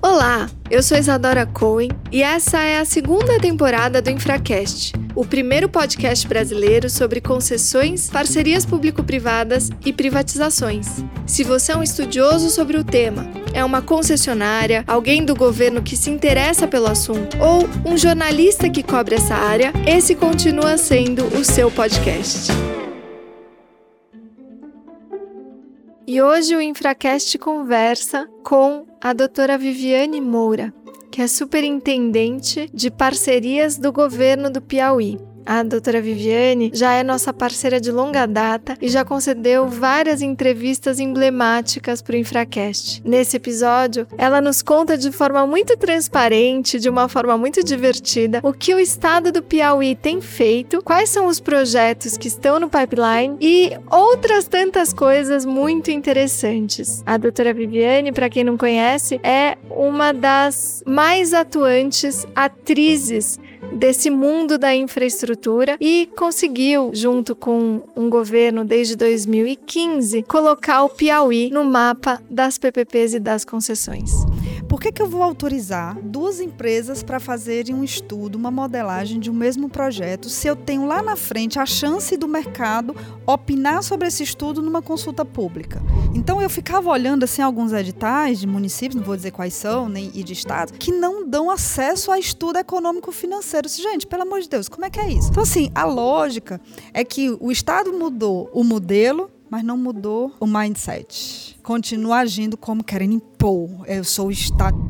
Olá, eu sou Isadora Cohen e essa é a segunda temporada do Infracast, o primeiro podcast brasileiro sobre concessões, parcerias público-privadas e privatizações. Se você é um estudioso sobre o tema, é uma concessionária, alguém do governo que se interessa pelo assunto ou um jornalista que cobre essa área, esse continua sendo o seu podcast. E hoje o Infracast conversa com a doutora Viviane Moura, que é superintendente de parcerias do governo do Piauí. A doutora Viviane já é nossa parceira de longa data e já concedeu várias entrevistas emblemáticas para o Infracast. Nesse episódio, ela nos conta de forma muito transparente, de uma forma muito divertida, o que o estado do Piauí tem feito, quais são os projetos que estão no pipeline e outras tantas coisas muito interessantes. A doutora Viviane, para quem não conhece, é uma das mais atuantes atrizes desse mundo da infraestrutura e conseguiu, junto com um governo desde 2015, colocar o Piauí no mapa das PPPs e das concessões. Por que eu vou autorizar duas empresas para fazerem um estudo, uma modelagem de um mesmo projeto, se eu tenho lá na frente a chance do mercado opinar sobre esse estudo numa consulta pública? Então eu ficava olhando assim alguns editais de municípios, não vou dizer quais são, nem e de estados, que não dão acesso a estudo econômico-financeiro. Gente, pelo amor de Deus, como é que é isso? Então assim, a lógica é que o estado mudou o modelo, mas não mudou o mindset. Continua agindo como querendo impor. Eu sou o Estado.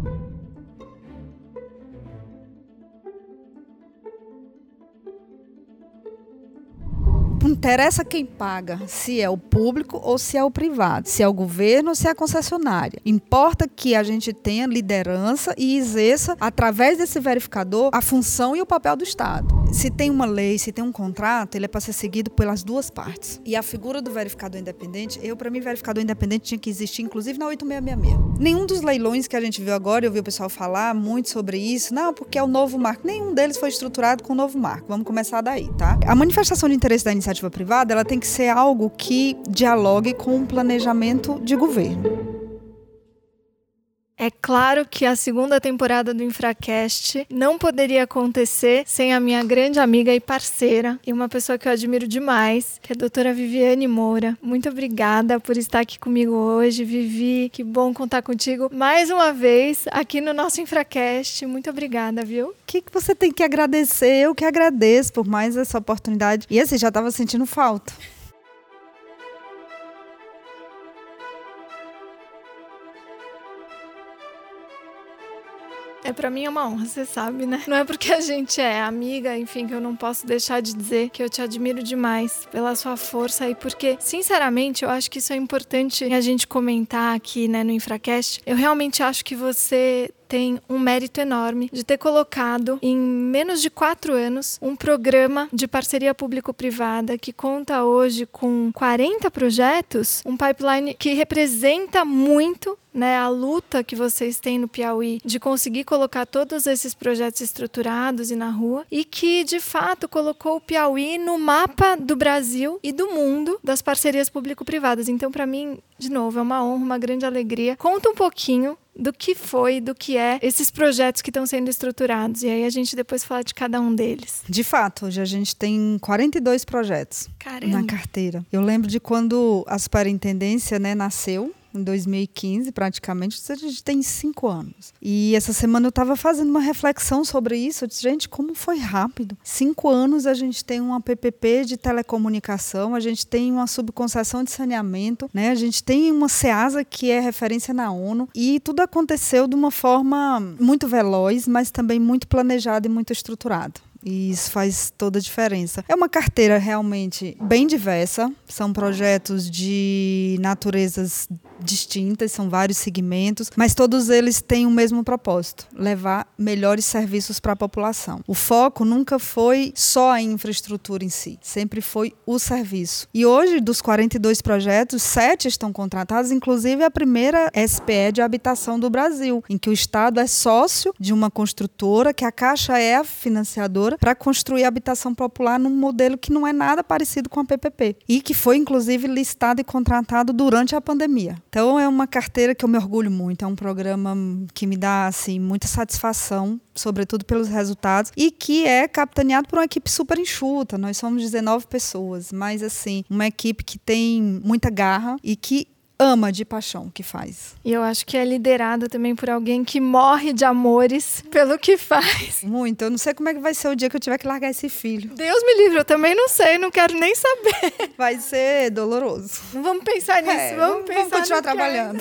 Não interessa quem paga, se é o público ou se é o privado, se é o governo ou se é a concessionária. Importa que a gente tenha liderança e exerça, através desse verificador, a função e o papel do Estado. Se tem uma lei, se tem um contrato, ele é para ser seguido pelas duas partes. E a figura do verificador independente, para mim, verificador independente tinha que existir, inclusive na 8666. Nenhum dos leilões que a gente viu agora, eu vi o pessoal falar muito sobre isso, não, porque é o novo marco. Nenhum deles foi estruturado com o novo marco. Vamos começar daí, tá? A manifestação de interesse da iniciativa privada, ela tem que ser algo que dialogue com o planejamento de governo. É claro que a segunda temporada do Infracast não poderia acontecer sem a minha grande amiga e parceira e uma pessoa que eu admiro demais, que é a doutora Viviane Moura. Muito obrigada por estar aqui comigo hoje, Vivi. Que bom contar contigo mais uma vez aqui no nosso Infracast. Muito obrigada, viu? O que você tem que agradecer? Eu que agradeço por mais essa oportunidade. E assim, já estava sentindo falta. Pra mim é uma honra, você sabe, né? Não é porque a gente é amiga, enfim, que eu não posso deixar de dizer que eu te admiro demais pela sua força e porque, sinceramente, eu acho que isso é importante a gente comentar aqui, né, no Infracast. Eu realmente acho que você tem um mérito enorme de ter colocado em menos de 4 anos um programa de parceria público-privada que conta hoje com 40 projetos, um pipeline que representa muito, né, a luta que vocês têm no Piauí de conseguir colocar todos esses projetos estruturados e na rua e que, de fato, colocou o Piauí no mapa do Brasil e do mundo das parcerias público-privadas. Então, para mim, de novo, é uma honra, uma grande alegria. Conta um pouquinho do que foi, do que é esses projetos que estão sendo estruturados. E aí a gente depois fala de cada um deles. De fato, hoje a gente tem 42 projetos. Caramba. Na carteira. Eu lembro de quando a superintendência, né, nasceu, em 2015, praticamente, a gente tem 5 anos. E essa semana eu estava fazendo uma reflexão sobre isso. Eu disse, gente, como foi rápido. 5 anos a gente tem uma PPP de telecomunicação, a gente tem uma subconcessão de saneamento, né? A gente tem uma SEASA que é referência na ONU e tudo aconteceu de uma forma muito veloz, mas também muito planejada e muito estruturada. E isso faz toda a diferença. É uma carteira realmente bem diversa, são projetos de naturezas distintas, são vários segmentos, mas todos eles têm o mesmo propósito, levar melhores serviços para a população. O foco nunca foi só a infraestrutura em si, sempre foi o serviço. E hoje, dos 42 projetos, 7 estão contratados, inclusive a primeira SPE de habitação do Brasil, em que o Estado é sócio de uma construtora, que a Caixa é a financiadora, para construir habitação popular num modelo que não é nada parecido com a PPP, e que foi, inclusive, listado e contratado durante a pandemia. Então, é uma carteira que eu me orgulho muito. É um programa que me dá assim, muita satisfação, sobretudo pelos resultados, e que é capitaneado por uma equipe super enxuta. Nós somos 19 pessoas, mas assim, uma equipe que tem muita garra e que ama de paixão o que faz. E eu acho que é liderada também por alguém que morre de amores pelo que faz. Muito. Eu não sei como é que vai ser o dia que eu tiver que largar esse filho. Deus me livre, eu também não sei, não quero nem saber. Vai ser doloroso. Vamos pensar nisso, vamos continuar trabalhando.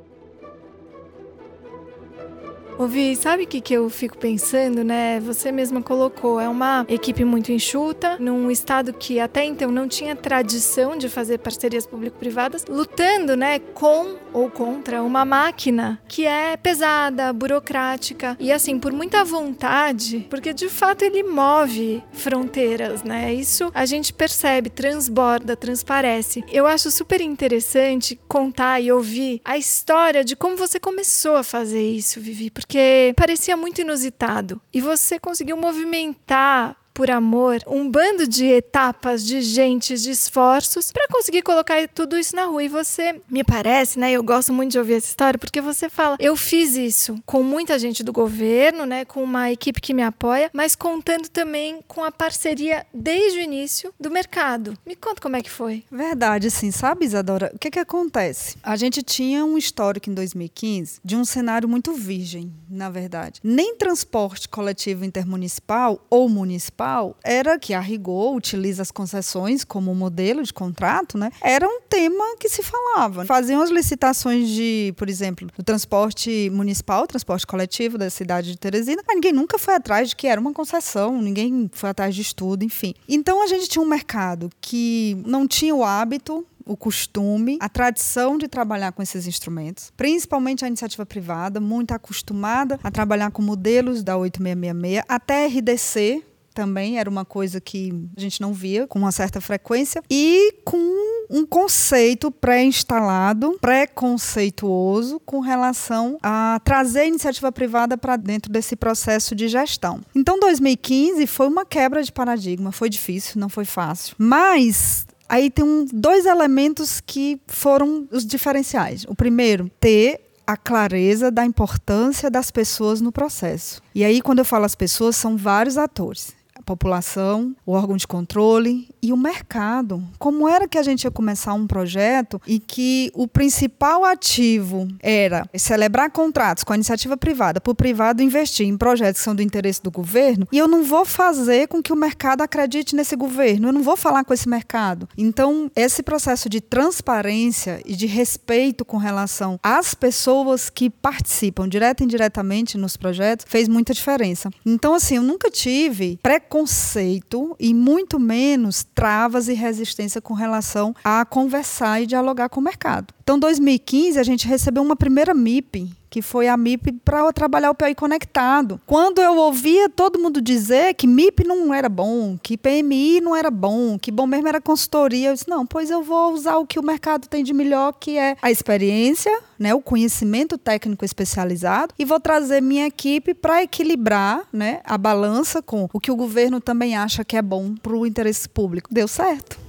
Ouvi, sabe o que eu fico pensando, né? Você mesma colocou, é uma equipe muito enxuta, num estado que até então não tinha tradição de fazer parcerias público-privadas, lutando, né, com ou contra uma máquina que é pesada, burocrática e assim, por muita vontade, porque de fato ele move fronteiras, né? Isso a gente percebe, transborda, transparece. Eu acho super interessante contar e ouvir a história de como você começou a fazer isso, Vivi, porque parecia muito inusitado. E você conseguiu movimentar, por amor, um bando de etapas, de gente, de esforços para conseguir colocar tudo isso na rua. E você, me parece, né? Eu gosto muito de ouvir essa história, porque você fala, eu fiz isso com muita gente do governo, né? Com uma equipe que me apoia, mas contando também com a parceria desde o início do mercado. Me conta como é que foi. Verdade, sim. Sabe, Isadora, o que acontece? A gente tinha um histórico em 2015 de um cenário muito virgem, na verdade. Nem transporte coletivo intermunicipal ou municipal era que, a rigor, utiliza as concessões como modelo de contrato, né? Era um tema que se falava. Faziam as licitações de, por exemplo, do transporte municipal, transporte coletivo da cidade de Teresina, mas ninguém nunca foi atrás de que era uma concessão, ninguém foi atrás de estudo, enfim. Então, a gente tinha um mercado que não tinha o hábito, o costume, a tradição de trabalhar com esses instrumentos, principalmente a iniciativa privada, muito acostumada a trabalhar com modelos da 8666, até RDC, também era uma coisa que a gente não via com uma certa frequência, e com um conceito pré-instalado, preconceituoso com relação a trazer a iniciativa privada para dentro desse processo de gestão. Então, 2015 foi uma quebra de paradigma, foi difícil, não foi fácil, mas aí tem dois elementos que foram os diferenciais. O primeiro, ter a clareza da importância das pessoas no processo. E aí, quando eu falo as pessoas, são vários atores. A população, o órgão de controle e o mercado. Como era que a gente ia começar um projeto e que o principal ativo era celebrar contratos com a iniciativa privada, para o privado investir em projetos que são do interesse do governo, e eu não vou fazer com que o mercado acredite nesse governo, eu não vou falar com esse mercado. Então, esse processo de transparência e de respeito com relação às pessoas que participam direta e indiretamente nos projetos fez muita diferença. Então, assim, eu nunca tive preconceito e muito menos travas e resistência com relação a conversar e dialogar com o mercado. Então, em 2015, a gente recebeu uma primeira MIP, que foi a MIP para trabalhar o Piauí Conectado. Quando eu ouvia todo mundo dizer que MIP não era bom, que PMI não era bom, que bom mesmo era consultoria, eu disse, não, pois eu vou usar o que o mercado tem de melhor, que é a experiência, né, o conhecimento técnico especializado, e vou trazer minha equipe para equilibrar, né, a balança com o que o governo também acha que é bom para o interesse público. Deu certo.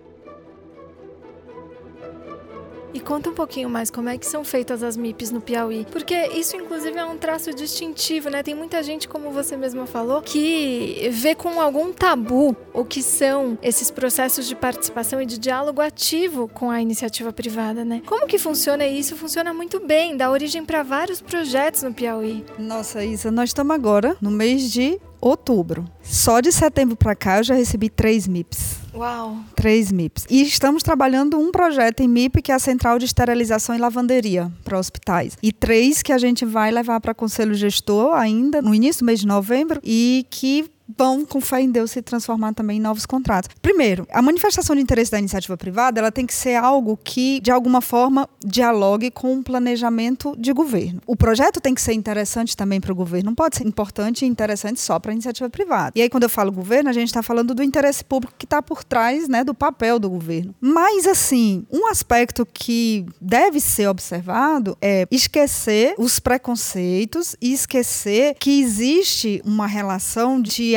E conta um pouquinho mais como é que são feitas as MIPs no Piauí, porque isso inclusive é um traço distintivo, né? Tem muita gente, como você mesma falou, que vê com algum tabu o que são esses processos de participação e de diálogo ativo com a iniciativa privada, né? Como que funciona isso? Funciona muito bem, dá origem para vários projetos no Piauí. Nossa, Isa, nós estamos agora no mês de outubro. Só de setembro para cá eu já recebi 3 MIPs. Uau! 3 MIPs. E estamos trabalhando um projeto em MIP, que é a Central de Esterilização e Lavanderia para hospitais. E 3 que a gente vai levar para Conselho Gestor ainda no início do mês de novembro e que vão, com fé em Deus, se transformar também em novos contratos. Primeiro, a manifestação de interesse da iniciativa privada, ela tem que ser algo que, de alguma forma, dialogue com o planejamento de governo. O projeto tem que ser interessante também para o governo, não pode ser importante e interessante só para a iniciativa privada. E aí, quando eu falo governo, a gente está falando do interesse público que está por trás, né, do papel do governo. Mas, assim, um aspecto que deve ser observado é esquecer os preconceitos e esquecer que existe uma relação de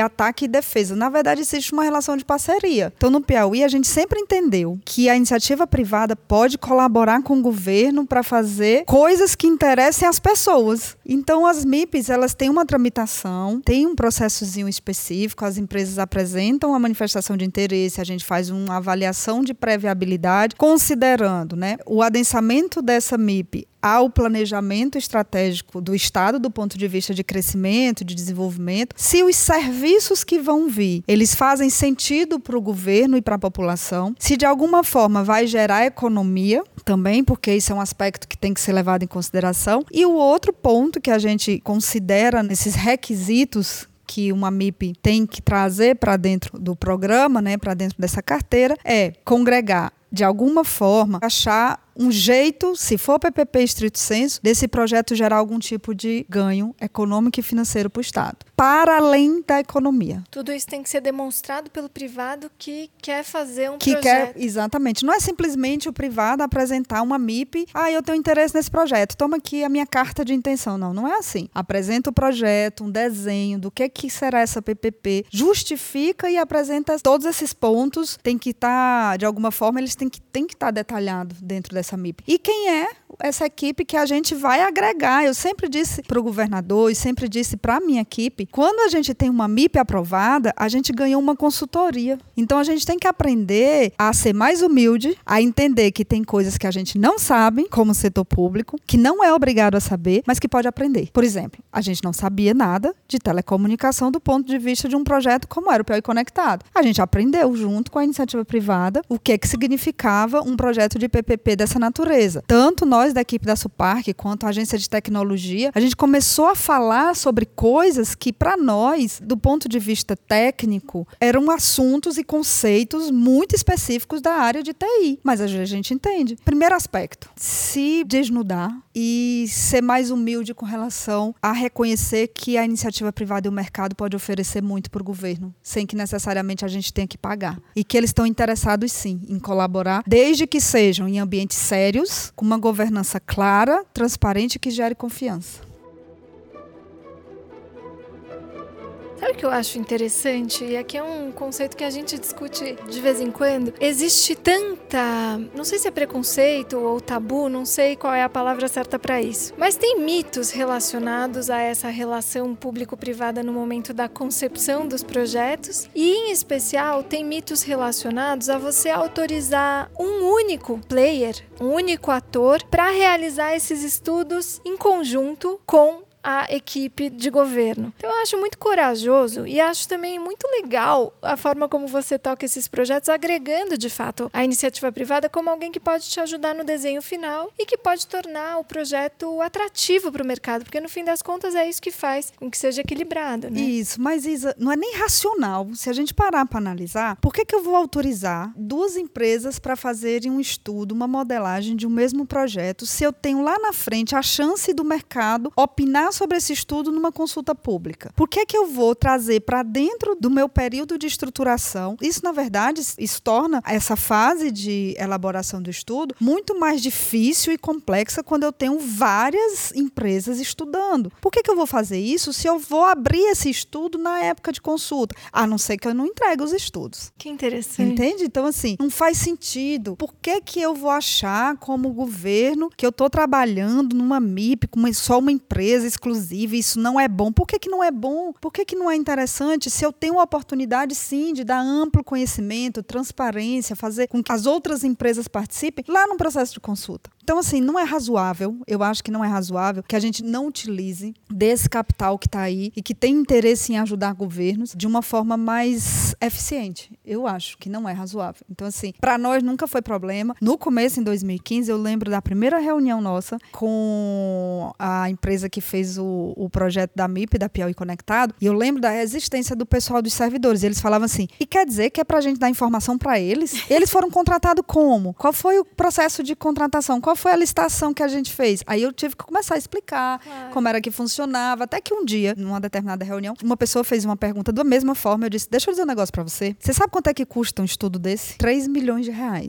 ataque e defesa. Na verdade, existe uma relação de parceria. Então, no Piauí, a gente sempre entendeu que a iniciativa privada pode colaborar com o governo para fazer coisas que interessem às pessoas. Então, as MIPs, elas têm uma tramitação, tem um processozinho específico, as empresas apresentam a manifestação de interesse, a gente faz uma avaliação de pré-viabilidade, considerando, né, o adensamento dessa MIP ao planejamento estratégico do Estado do ponto de vista de crescimento, de desenvolvimento, se os serviços que vão vir, eles fazem sentido para o governo e para a população, se de alguma forma vai gerar economia também, porque isso é um aspecto que tem que ser levado em consideração. E o outro ponto que a gente considera nesses requisitos que uma MIP tem que trazer para dentro do programa, né, para dentro dessa carteira, é congregar, de alguma forma, achar um jeito, se for PPP estrito sensu, desse projeto gerar algum tipo de ganho econômico e financeiro para o Estado, para além da economia. Tudo isso tem que ser demonstrado pelo privado que quer fazer um projeto. Exatamente. Não é simplesmente o privado apresentar uma MIP, eu tenho interesse nesse projeto, toma aqui a minha carta de intenção. Não é assim. Apresenta o projeto, um desenho do que será essa PPP, justifica e apresenta todos esses pontos, tem que estar, de alguma forma, eles têm que estar detalhados dentro dessa MIP. E quem é essa equipe que a gente vai agregar? Eu sempre disse para o governador e sempre disse para a minha equipe, quando a gente tem uma MIP aprovada, a gente ganhou uma consultoria. Então, a gente tem que aprender a ser mais humilde, a entender que tem coisas que a gente não sabe, como setor público, que não é obrigado a saber, mas que pode aprender. Por exemplo, a gente não sabia nada de telecomunicação do ponto de vista de um projeto como era o Piauí Conectado. A gente aprendeu junto com a iniciativa privada o que significava um projeto de PPP dessa natureza. Tanto nós da equipe da Suparc quanto a agência de tecnologia, a gente começou a falar sobre coisas que para nós, do ponto de vista técnico, eram assuntos e conceitos muito específicos da área de TI. Mas a gente entende. Primeiro aspecto, se desnudar e ser mais humilde com relação a reconhecer que a iniciativa privada e o mercado pode oferecer muito para o governo, sem que necessariamente a gente tenha que pagar. E que eles estão interessados, sim, em colaborar, desde que sejam em ambientes sérios, com uma governança clara, transparente e que gere confiança. Sabe o que eu acho interessante? E aqui é um conceito que a gente discute de vez em quando. Existe tanta, não sei se é preconceito ou tabu, não sei qual é a palavra certa para isso. Mas tem mitos relacionados a essa relação público-privada no momento da concepção dos projetos. E, em especial, tem mitos relacionados a você autorizar um único player, um único ator, para realizar esses estudos em conjunto com a equipe de governo. Então eu acho muito corajoso e acho também muito legal a forma como você toca esses projetos, agregando de fato a iniciativa privada como alguém que pode te ajudar no desenho final e que pode tornar o projeto atrativo para o mercado, porque no fim das contas é isso que faz com que seja equilibrado, né? Isso, mas Isa, não é nem racional. Se a gente parar para analisar, por que eu vou autorizar duas empresas para fazerem um estudo, uma modelagem de um mesmo projeto, se eu tenho lá na frente a chance do mercado opinar sobre esse estudo numa consulta pública? Por que eu vou trazer para dentro do meu período de estruturação? Isso, na verdade, isso torna essa fase de elaboração do estudo muito mais difícil e complexa quando eu tenho várias empresas estudando. Por que eu vou fazer isso se eu vou abrir esse estudo na época de consulta? A não ser que eu não entregue os estudos. Que interessante. Entende? Então, assim, não faz sentido. Por que eu vou achar, como governo, que eu estou trabalhando numa MIP com só uma empresa exclusiva? Isso não é bom. Por que não é bom? Por que não é interessante se eu tenho a oportunidade, sim, de dar amplo conhecimento, transparência, fazer com que as outras empresas participem lá no processo de consulta? Então, assim, não é razoável, eu acho que não é razoável que a gente não utilize desse capital que está aí e que tem interesse em ajudar governos de uma forma mais eficiente. Eu acho que não é razoável. Então, assim, para nós nunca foi problema. No começo, em 2015, eu lembro da primeira reunião nossa com a empresa que fez o projeto da MIP, da Piauí Conectado, e eu lembro da resistência do pessoal dos servidores. Eles falavam assim, e quer dizer que é para a gente dar informação para eles? Eles foram contratados como? Qual foi o processo de contratação? Qual foi a licitação que a gente fez? Aí eu tive que começar a explicar como era que funcionava, até que um dia, numa determinada reunião, uma pessoa fez uma pergunta da mesma forma, eu disse, deixa eu dizer um negócio para você. Você sabe quanto é que custa um estudo desse? 3 milhões de reais.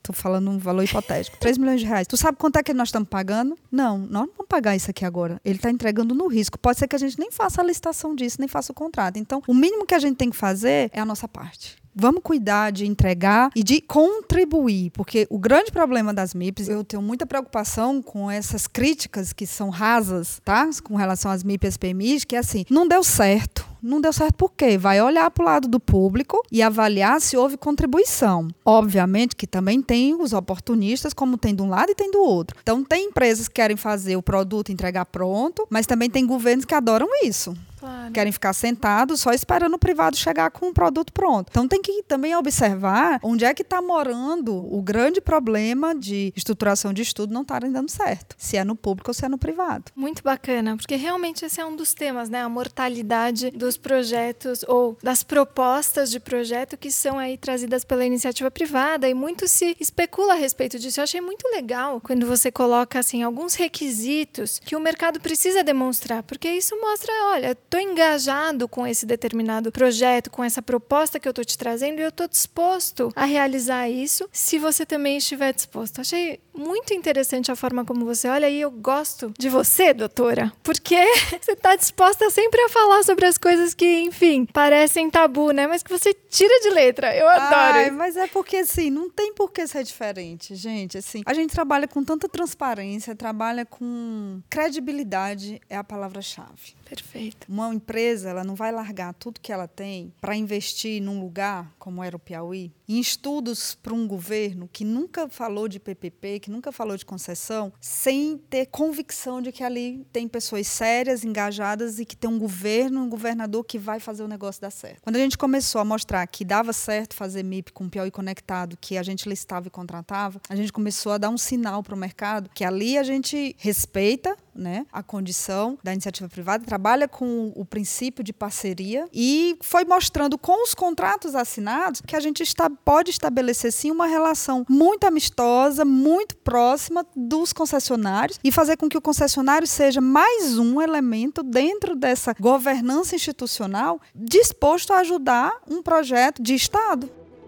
Estou falando um valor hipotético, 3 milhões de reais. Tu sabe quanto é que nós estamos pagando? Não, nós não vamos pagar isso aqui agora. Ele está entregando no risco. Pode ser que a gente nem faça a licitação disso, nem faça o contrato. Então, o mínimo que a gente tem que fazer é a nossa parte. Vamos cuidar de entregar e de contribuir, porque o grande problema das MIPs, eu tenho muita preocupação com essas críticas que são rasas, tá? Com relação às MIPs e às PMIs, que é assim, não deu certo. Não deu certo por quê? Vai olhar para o lado do público e avaliar se houve contribuição. Obviamente que também tem os oportunistas, como tem de um lado e tem do outro. Então, tem empresas que querem fazer o produto e entregar pronto, mas também tem governos que adoram isso. Claro. Querem ficar sentados só esperando o privado chegar com o produto pronto. Então tem que também observar onde é que está morando o grande problema de estruturação de estudo não estarem dando certo. Se é no público ou se é no privado. Muito bacana, porque realmente esse é um dos temas, né? A mortalidade dos projetos ou das propostas de projeto que são aí trazidas pela iniciativa privada e muito se especula a respeito disso. Eu achei muito legal quando você coloca assim, alguns requisitos que o mercado precisa demonstrar, porque isso mostra, olha, estou engajado com esse determinado projeto, com essa proposta que eu estou te trazendo e eu estou disposto a realizar isso se você também estiver disposto. Achei muito interessante a forma como você olha e eu gosto de você, doutora, porque você está disposta sempre a falar sobre as coisas que, enfim, parecem tabu, né? Mas que você tira de letra. Eu adoro. Ai, mas é porque, assim, não tem por que ser diferente, gente. Assim, a gente trabalha com tanta transparência, trabalha com credibilidade, é a palavra-chave. Perfeito. Uma empresa, ela não vai largar tudo que ela tem para investir num lugar, como era o Piauí, em estudos para um governo que nunca falou de PPP, que nunca falou de concessão, sem ter convicção de que ali tem pessoas sérias, engajadas e que tem um governo, um governador que vai fazer o negócio dar certo. Quando a gente começou a mostrar que dava certo fazer MIP com o Piauí Conectado, que a gente listava e contratava, a gente começou a dar um sinal para o mercado que ali a gente respeita, né, a condição da iniciativa privada, trabalha com o princípio de parceria e foi mostrando com os contratos assinados que a gente pode estabelecer sim uma relação muito amistosa, muito próxima dos concessionários e fazer com que o concessionário seja mais um elemento dentro dessa governança institucional disposto a ajudar um projeto de Estado.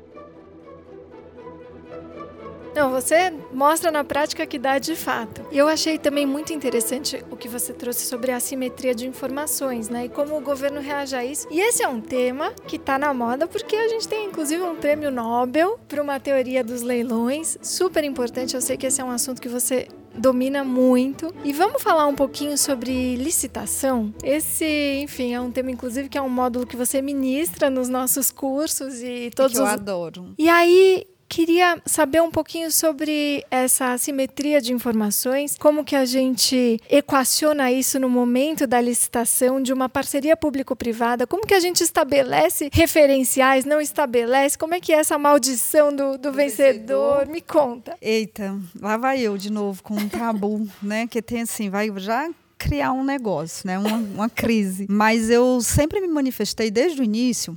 Não, você mostra na prática que dá de fato. E eu achei também muito interessante o que você trouxe sobre a assimetria de informações, né? E como o governo reage a isso. E esse é um tema que está na moda porque a gente tem, inclusive, um prêmio Nobel para uma teoria dos leilões. Super importante, eu sei que esse é um assunto que você domina muito. E vamos falar um pouquinho sobre licitação. Esse, enfim, é um tema, inclusive, que é um módulo que você ministra nos nossos cursos e todos que eu adoro. E aí, queria saber um pouquinho sobre essa assimetria de informações, como que a gente equaciona isso no momento da licitação de uma parceria público-privada, como que a gente estabelece referenciais, não estabelece, como é que é essa maldição do vencedor? Me conta. Eita, lá vai eu de novo com um tabu, né, que tem assim, vai já criar um negócio, né? Uma crise. Mas eu sempre me manifestei desde o início,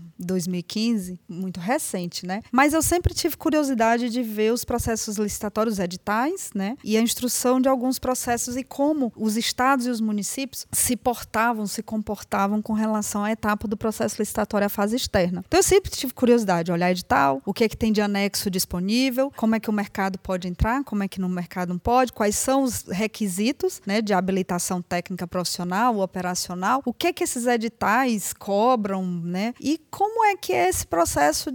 2015, muito recente, né? Mas eu sempre tive curiosidade de ver os processos licitatórios editais, né? E a instrução de alguns processos e como os estados e os municípios se comportavam com relação à etapa do processo licitatório à fase externa. Então eu sempre tive curiosidade de olhar edital, o que é que tem de anexo disponível, como é que o mercado pode entrar, como é que no mercado não pode, quais são os requisitos, né, de habilitação técnica profissional, operacional, o que é que esses editais cobram, né? E como é que é esse processo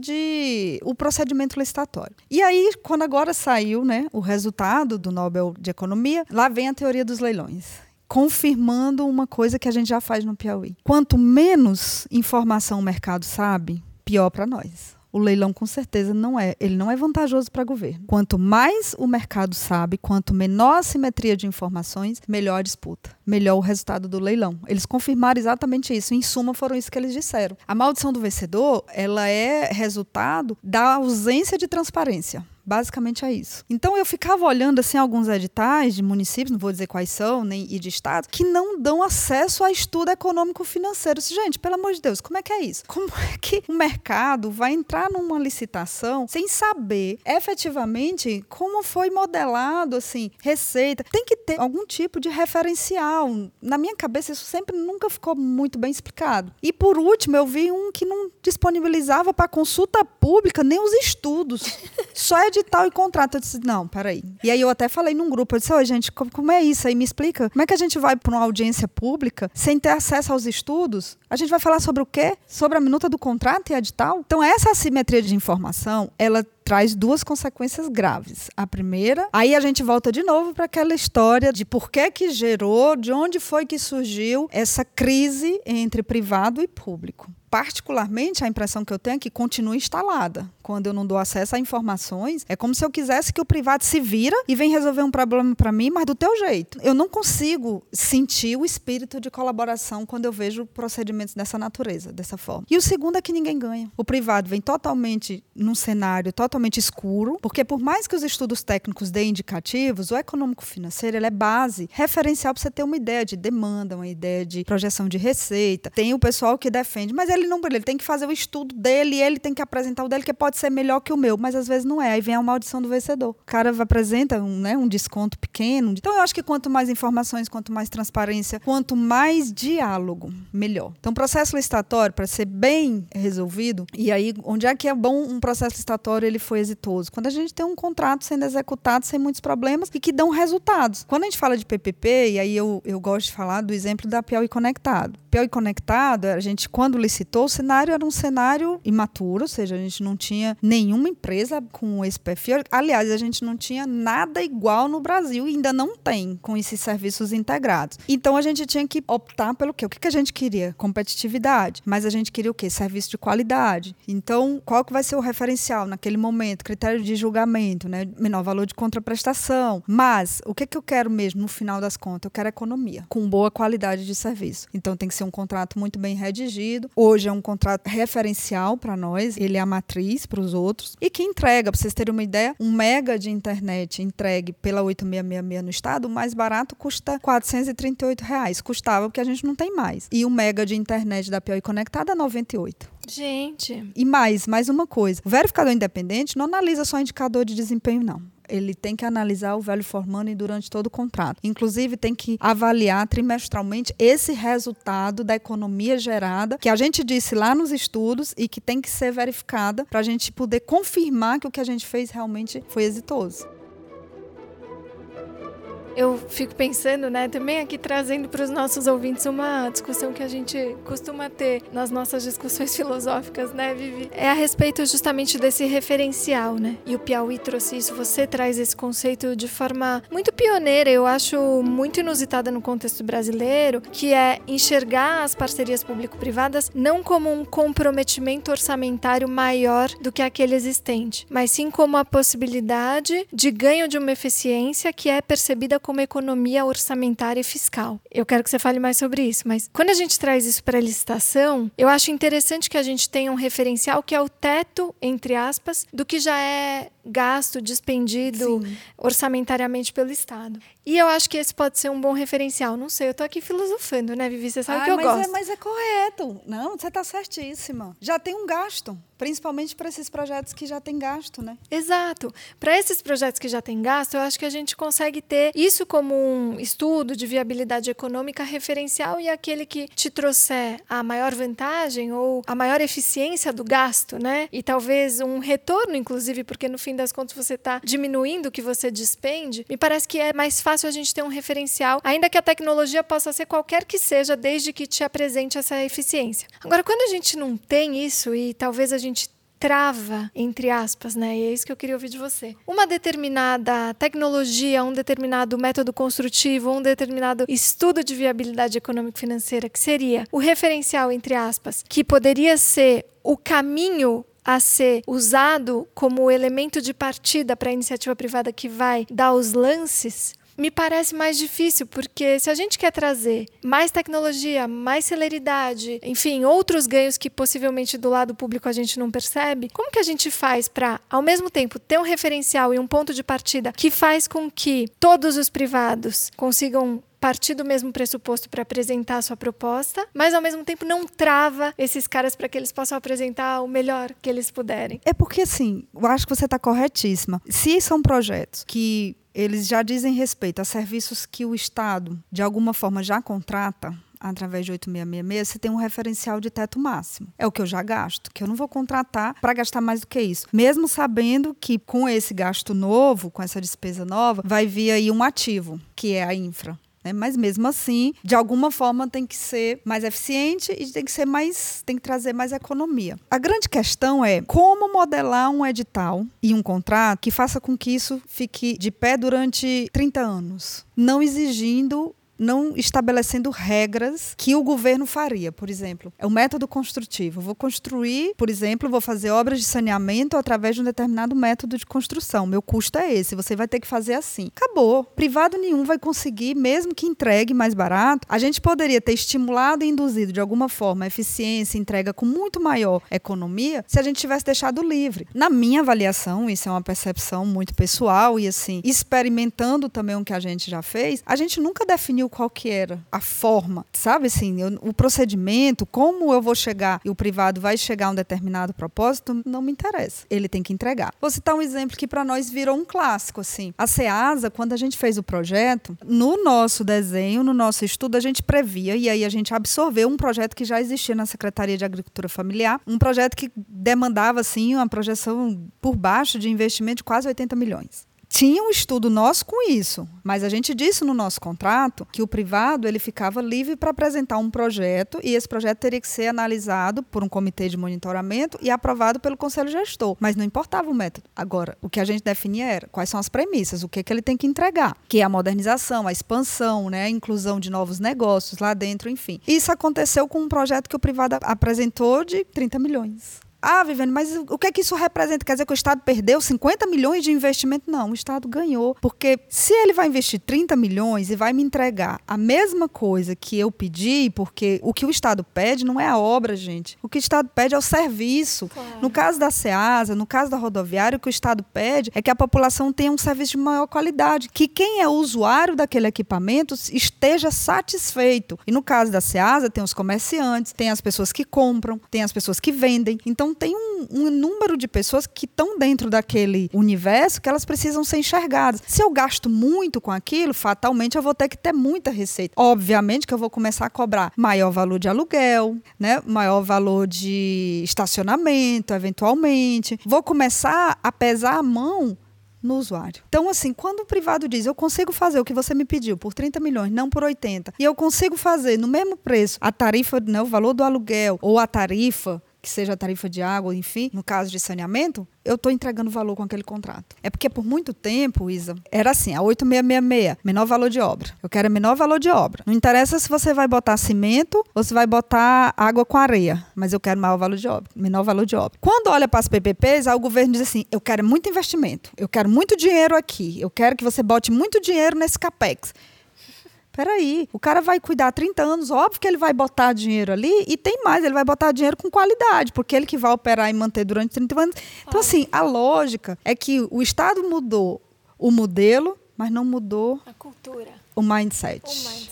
o procedimento licitatório. E aí, quando agora saiu, né, o resultado do Nobel de Economia, lá vem a teoria dos leilões, confirmando uma coisa que a gente já faz no Piauí. Quanto menos informação o mercado sabe, pior para nós. O leilão, com certeza, ele não é vantajoso para o governo. Quanto mais o mercado sabe, quanto menor a simetria de informações, melhor a disputa, melhor o resultado do leilão. Eles confirmaram exatamente isso. Em suma, foram isso que eles disseram. A maldição do vencedor, ela é resultado da ausência de transparência. Basicamente é isso. Então eu ficava olhando assim alguns editais de municípios, não vou dizer quais são, e de estados, que não dão acesso a estudo econômico-financeiro. Gente, pelo amor de Deus, como é que é isso? Como é que o mercado vai entrar numa licitação sem saber efetivamente como foi modelado, assim, receita? Tem que ter algum tipo de referencial. Na minha cabeça isso sempre nunca ficou muito bem explicado. E por último eu vi um que não disponibilizava para consulta pública nem os estudos. Só edital e contrato. Eu disse, não, peraí. E aí eu até falei num grupo, eu disse, oi, gente, como é isso aí? Me explica. Como é que a gente vai para uma audiência pública sem ter acesso aos estudos? A gente vai falar sobre o quê? Sobre a minuta do contrato e edital? Então, essa assimetria de informação, ela traz duas consequências graves. A primeira, aí a gente volta de novo para aquela história de por que gerou, de onde foi que surgiu essa crise entre privado e público. Particularmente, a impressão que eu tenho é que continua instalada. Quando eu não dou acesso a informações, é como se eu quisesse que o privado se vira e vem resolver um problema para mim, mas do teu jeito. Eu não consigo sentir o espírito de colaboração quando eu vejo procedimentos dessa natureza, dessa forma. E o segundo é que ninguém ganha. O privado vem totalmente num cenário totalmente escuro, porque por mais que os estudos técnicos deem indicativos, o econômico-financeiro ele é base, referencial para você ter uma ideia de demanda, uma ideia de projeção de receita. Tem o pessoal que defende, mas ele tem que fazer o estudo dele, ele tem que apresentar o dele, que pode ser melhor que o meu, mas às vezes não é. Aí vem a maldição do vencedor. O cara apresenta um desconto pequeno. Então eu acho que quanto mais informações, quanto mais transparência, quanto mais diálogo, melhor. Então o processo licitatório, para ser bem resolvido, e aí onde é que é bom um processo licitatório ele foi exitoso? Quando a gente tem um contrato sendo executado sem muitos problemas e que dão resultados. Quando a gente fala de PPP, e aí eu gosto de falar do exemplo da Piauí Conectado. Piauí Conectado, a gente quando licitou, o cenário era um cenário imaturo, ou seja, a gente não tinha nenhuma empresa com esse perfil. Aliás, a gente não tinha nada igual no Brasil e ainda não tem com esses serviços integrados. Então, a gente tinha que optar pelo quê? O que a gente queria? Competitividade. Mas a gente queria o quê? Serviço de qualidade. Então, qual que vai ser o referencial naquele momento? Critério de julgamento, né? Menor valor de contraprestação. Mas, o que eu quero mesmo, no final das contas? Eu quero economia, com boa qualidade de serviço. Então, tem que ser um contrato muito bem redigido. Hoje é um contrato referencial para nós, ele é a matriz para os outros, e que entrega, para vocês terem uma ideia, 1 mega de internet entregue pela 8666 no estado, o mais barato custa R$ 438. Custava, porque a gente não tem mais. E 1 mega de internet da Piauí Conectada é 98. Gente. E mais uma coisa, o verificador independente não analisa só indicador de desempenho, não. Ele tem que analisar o value for money durante todo o contrato. Inclusive, tem que avaliar trimestralmente esse resultado da economia gerada, que a gente disse lá nos estudos e que tem que ser verificada para a gente poder confirmar que o que a gente fez realmente foi exitoso. Eu fico pensando, né, também aqui trazendo para os nossos ouvintes uma discussão que a gente costuma ter nas nossas discussões filosóficas, né, Vivi? É a respeito justamente desse referencial, né? E o Piauí trouxe isso, você traz esse conceito de forma muito pioneira, eu acho muito inusitada no contexto brasileiro, que é enxergar as parcerias público-privadas não como um comprometimento orçamentário maior do que aquele existente, mas sim como a possibilidade de ganho de uma eficiência que é percebida como economia orçamentária e fiscal. Eu quero que você fale mais sobre isso, mas quando a gente traz isso para a licitação, eu acho interessante que a gente tenha um referencial que é o teto, entre aspas, do que já é gasto, despendido orçamentariamente pelo Estado. E eu acho que esse pode ser um bom referencial. Não sei, eu tô aqui filosofando, né, Vivi? Você sabe que eu gosto. Mas é correto. Não, você tá certíssima. Já tem um gasto, principalmente para esses projetos que já têm gasto, né? Exato. Para esses projetos que já têm gasto, eu acho que a gente consegue ter isso como um estudo de viabilidade econômica referencial e aquele que te trouxer a maior vantagem ou a maior eficiência do gasto, né? E talvez um retorno, inclusive, porque no fim das contas você está diminuindo o que você despende. Me parece que é mais fácil a gente ter um referencial, ainda que a tecnologia possa ser qualquer que seja, desde que te apresente essa eficiência. Agora, quando a gente não tem isso e talvez a gente trava, entre aspas, né? E é isso que eu queria ouvir de você. Uma determinada tecnologia, um determinado método construtivo, um determinado estudo de viabilidade econômico-financeira, que seria o referencial, entre aspas, que poderia ser o caminho a ser usado como elemento de partida para a iniciativa privada que vai dar os lances, me parece mais difícil, porque se a gente quer trazer mais tecnologia, mais celeridade, enfim, outros ganhos que possivelmente do lado público a gente não percebe, como que a gente faz para, ao mesmo tempo, ter um referencial e um ponto de partida que faz com que todos os privados consigam partir do mesmo pressuposto para apresentar a sua proposta, mas ao mesmo tempo não trava esses caras para que eles possam apresentar o melhor que eles puderem? É porque, assim, eu acho que você está corretíssima. Se são projetos que eles já dizem respeito a serviços que o Estado, de alguma forma, já contrata, através de 8666, você tem um referencial de teto máximo. É o que eu já gasto, que eu não vou contratar para gastar mais do que isso. Mesmo sabendo que com esse gasto novo, com essa despesa nova, vai vir aí um ativo, que é a infra. Mas mesmo assim, de alguma forma tem que ser mais eficiente e tem que trazer mais economia. A grande questão é como modelar um edital e um contrato que faça com que isso fique de pé durante 30 anos, não estabelecendo regras que o governo faria. Por exemplo, é o método construtivo. Vou construir, por exemplo, vou fazer obras de saneamento através de um determinado método de construção. Meu custo é esse, você vai ter que fazer assim. Acabou. Privado nenhum vai conseguir, mesmo que entregue mais barato. A gente poderia ter estimulado e induzido de alguma forma a eficiência, entrega com muito maior economia, se a gente tivesse deixado livre. Na minha avaliação, isso é uma percepção muito pessoal e assim, experimentando também o que a gente já fez, a gente nunca definiu qual que era a forma, sabe assim, o procedimento, como eu vou chegar e o privado vai chegar a um determinado propósito, não me interessa. Ele tem que entregar. Vou citar um exemplo que para nós virou um clássico, assim. A Ceasa, quando a gente fez o projeto, no nosso desenho, no nosso estudo, a gente previa, e aí a gente absorveu um projeto que já existia na Secretaria de Agricultura Familiar, um projeto que demandava, assim, uma projeção por baixo de investimento de quase 80 milhões. Tinha um estudo nosso com isso, mas a gente disse no nosso contrato que o privado ele ficava livre para apresentar um projeto e esse projeto teria que ser analisado por um comitê de monitoramento e aprovado pelo Conselho Gestor, mas não importava o método. Agora, o que a gente definia era quais são as premissas, o que ele tem que entregar, que é a modernização, a expansão, a inclusão de novos negócios lá dentro, enfim. Isso aconteceu com um projeto que o privado apresentou de 30 milhões. Ah, Viviane, mas o que é que isso representa? Quer dizer que o Estado perdeu 50 milhões de investimento? Não, o Estado ganhou. Porque se ele vai investir 30 milhões e vai me entregar a mesma coisa que eu pedi, porque o que o Estado pede não é a obra, gente. O que o Estado pede é o serviço. Claro. No caso da Ceasa, no caso da rodoviária, o que o Estado pede é que a população tenha um serviço de maior qualidade. Que quem é usuário daquele equipamento esteja satisfeito. E no caso da Ceasa, tem os comerciantes, tem as pessoas que compram, tem as pessoas que vendem. Então, tem um número de pessoas que estão dentro daquele universo que elas precisam ser enxergadas. Se eu gasto muito com aquilo, fatalmente eu vou ter que ter muita receita. Obviamente que eu vou começar a cobrar maior valor de aluguel, maior valor de estacionamento, eventualmente. Vou começar a pesar a mão no usuário. Então, assim, quando o privado diz eu consigo fazer o que você me pediu por 30 milhões, não por 80, e eu consigo fazer no mesmo preço a tarifa, o valor do aluguel ou a tarifa, que seja a tarifa de água, enfim, no caso de saneamento, eu estou entregando valor com aquele contrato. É porque por muito tempo, Isa, era assim, a 8666, menor valor de obra. Eu quero menor valor de obra. Não interessa se você vai botar cimento ou se vai botar água com areia, mas eu quero maior valor de obra, menor valor de obra. Quando olha para as PPPs, aí o governo diz assim, eu quero muito investimento, eu quero muito dinheiro aqui, eu quero que você bote muito dinheiro nesse CAPEX. Peraí, o cara vai cuidar 30 anos, óbvio que ele vai botar dinheiro ali e tem mais, ele vai botar dinheiro com qualidade, porque ele que vai operar e manter durante 30 anos. Então, assim, a lógica é que o Estado mudou o modelo, mas não mudou a cultura, o mindset.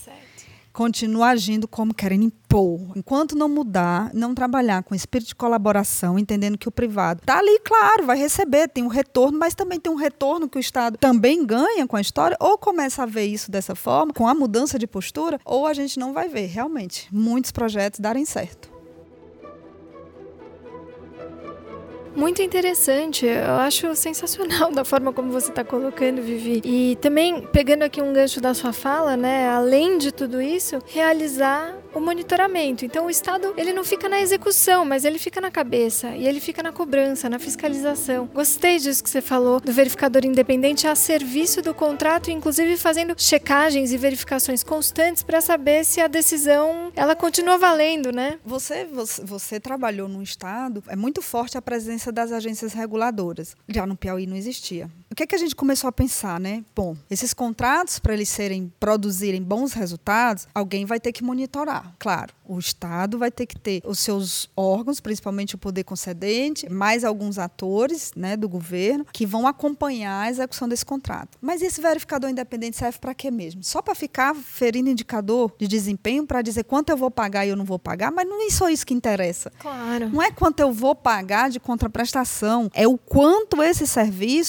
Continua agindo como querem impor. Enquanto não mudar, não trabalhar com espírito de colaboração, entendendo que o privado está ali, claro, vai receber, tem um retorno, mas também tem um retorno que o Estado também ganha com a história, ou começa a ver isso dessa forma, com a mudança de postura, ou a gente não vai ver, realmente, muitos projetos darem certo. Muito interessante, eu acho sensacional da forma como você está colocando, Vivi. E também, pegando aqui um gancho da sua fala, além de tudo isso, realizar o monitoramento. Então, o Estado, ele não fica na execução, mas ele fica na cabeça e ele fica na cobrança, na fiscalização. Gostei disso que você falou, do verificador independente a serviço do contrato, inclusive fazendo checagens e verificações constantes para saber se a decisão, ela continua valendo, Você trabalhou num Estado, é muito forte a presença das agências reguladoras. Já no Piauí não existia. O que é que a gente começou a pensar, Bom, esses contratos, para eles produzirem bons resultados, alguém vai ter que monitorar. Claro, o Estado vai ter que ter os seus órgãos, principalmente o poder concedente, mais alguns atores, do governo, que vão acompanhar a execução desse contrato. Mas esse verificador independente serve para quê mesmo? Só para ficar ferindo indicador de desempenho, para dizer quanto eu vou pagar e eu não vou pagar? Mas não é só isso que interessa. Claro. Não é quanto eu vou pagar de contraprestação, é o quanto esse serviço tem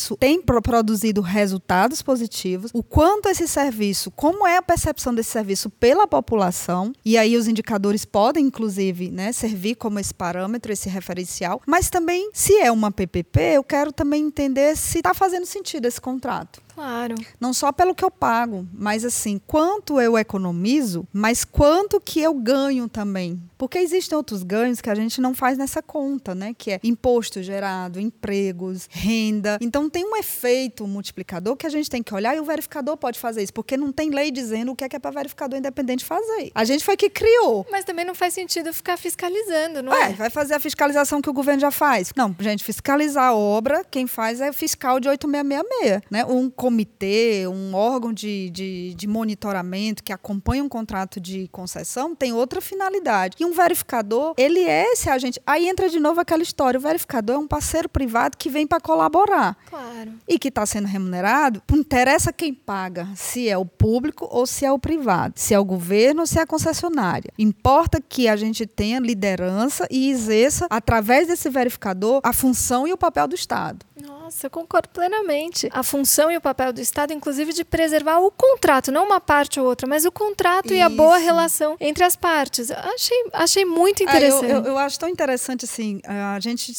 produzido resultados positivos, o quanto esse serviço, como é a percepção desse serviço pela população, e aí os indicadores podem, inclusive, né, servir como esse parâmetro, esse referencial, mas também, se é uma PPP, eu quero também entender se está fazendo sentido esse contrato. Claro. Não só pelo que eu pago, mas assim, quanto eu economizo, mas quanto que eu ganho também. Porque existem outros ganhos que a gente não faz nessa conta, né? Que é imposto gerado, empregos, renda. Então tem um efeito multiplicador que a gente tem que olhar e o verificador pode fazer isso, porque não tem lei dizendo o que é para verificador independente fazer. A gente foi que criou. Mas também não faz sentido ficar fiscalizando, não é? Vai fazer a fiscalização que o governo já faz. Não, gente, fiscalizar a obra, quem faz é o fiscal de 8666, né? Um comitê, um órgão de monitoramento que acompanha um contrato de concessão tem outra finalidade. E um verificador, ele é esse agente. Aí entra de novo aquela história. O verificador é um parceiro privado que vem para colaborar. Claro. E que está sendo remunerado. Não interessa quem paga, se é o público ou se é o privado, se é o governo ou se é a concessionária. Importa que a gente tenha liderança e exerça, através desse verificador, a função e o papel do Estado. Nossa, eu concordo plenamente. A função e o papel do Estado, inclusive, de preservar o contrato, não uma parte ou outra, mas o contrato e a boa relação entre as partes. Achei muito interessante. Eu acho tão interessante, assim, a gente,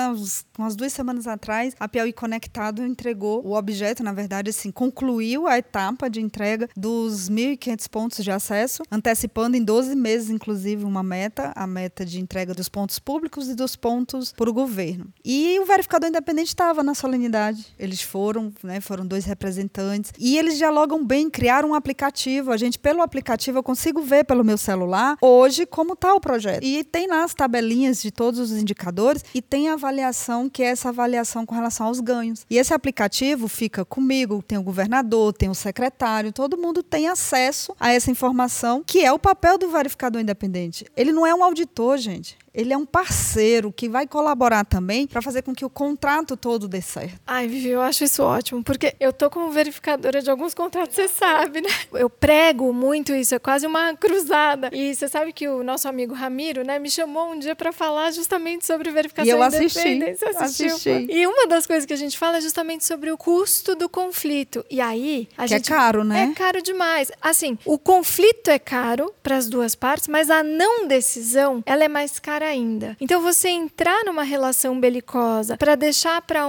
umas 2 semanas atrás, a Piauí Conectado entregou o objeto, na verdade, assim, concluiu a etapa de entrega dos 1.500 pontos de acesso, antecipando em 12 meses, inclusive, a meta de entrega dos pontos públicos e dos pontos para o governo. E o verificador independente estava na solenidade. Eles foram 2 representantes, e eles dialogam bem, criaram um aplicativo. Pelo aplicativo, eu consigo ver pelo meu celular, hoje, como está o projeto. E tem lá as tabelinhas de todos os indicadores, e tem a avaliação, que é essa avaliação com relação aos ganhos. E esse aplicativo fica comigo, tem o governador, tem o secretário, todo mundo tem acesso a essa informação, que é o papel do verificador independente. Ele não é um auditor, gente. Ele é um parceiro que vai colaborar também para fazer com que o contrato todo dê certo. Ai, Vivi, eu acho isso ótimo, porque eu tô como verificadora de alguns contratos, você sabe, né? Eu prego muito isso, é quase uma cruzada. E você sabe que o nosso amigo Ramiro, né, me chamou um dia para falar justamente sobre verificação independente. Você assistiu? E uma das coisas que a gente fala é justamente sobre o custo do conflito. E aí, é caro, né? É caro demais. Assim, o conflito é caro para as duas partes, mas a não decisão, ela é mais cara ainda. Então, você entrar numa relação belicosa para deixar para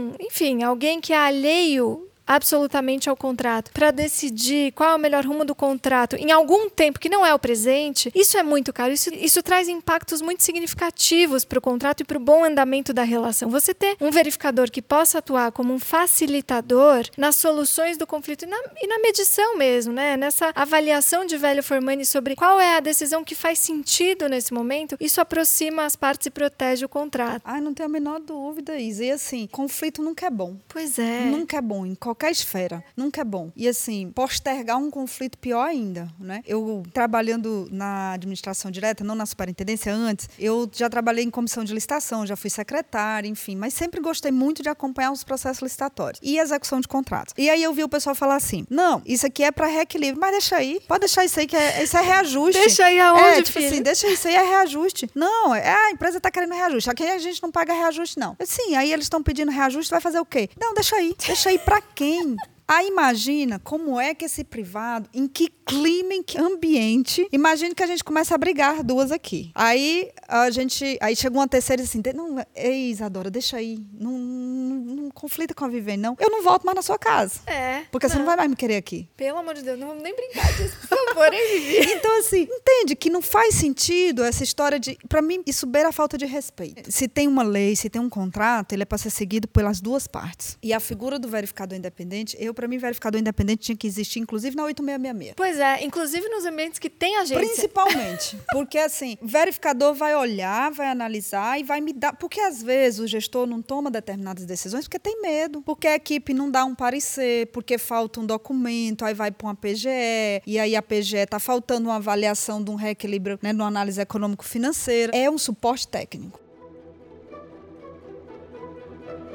alguém que é alheio absolutamente ao contrato, para decidir qual é o melhor rumo do contrato em algum tempo que não é o presente, isso é muito caro. Isso traz impactos muito significativos para o contrato e para o bom andamento da relação. Você ter um verificador que possa atuar como um facilitador nas soluções do conflito e na medição mesmo, né? Nessa avaliação de Velho Formani sobre qual é a decisão que faz sentido nesse momento, isso aproxima as partes e protege o contrato. Não tenho a menor dúvida, Isa. E assim, conflito nunca é bom. Pois é. Nunca é bom. Em qualquer esfera, nunca é bom. E assim, postergar um conflito pior ainda, né? Eu trabalhando na administração direta, não na superintendência antes, eu já trabalhei em comissão de licitação, já fui secretária, enfim, mas sempre gostei muito de acompanhar os processos licitatórios e execução de contratos. E aí eu vi o pessoal falar assim, não, isso aqui é para reequilíbrio, mas deixa aí, pode deixar isso aí, isso é reajuste. Deixa aí aonde, filho? Assim, deixa isso aí, é reajuste. Não, a empresa está querendo reajuste, aqui a gente não paga reajuste, não. Sim, aí eles estão pedindo reajuste, vai fazer o quê? Não, deixa aí para quem? Aí imagina como é que esse privado, em que clima, em que ambiente, imagina que a gente começa a brigar duas aqui. Aí chega uma terceira e assim, não, ei, Isadora, deixa aí, não conflita com a Viviane, não. Eu não volto mais na sua casa. Porque você não vai mais me querer aqui. Pelo amor de Deus, não vamos nem brincar disso, por favor, hein, Vivi? Então, assim, entende que não faz sentido essa história de... Pra mim, isso beira a falta de respeito. Se tem uma lei, se tem um contrato, ele é para ser seguido pelas duas partes. E a figura do verificador independente, para mim, verificador independente tinha que existir, inclusive na 8666. Pois é, inclusive nos ambientes que tem agência. Principalmente. Porque, assim, o verificador vai olhar, vai analisar e vai me dar... Porque, às vezes, o gestor não toma determinadas decisões porque tem medo, porque a equipe não dá um parecer, porque falta um documento, aí vai para uma PGE, e aí a PGE está faltando uma avaliação de um reequilíbrio, né, de uma análise econômico-financeira. É um suporte técnico.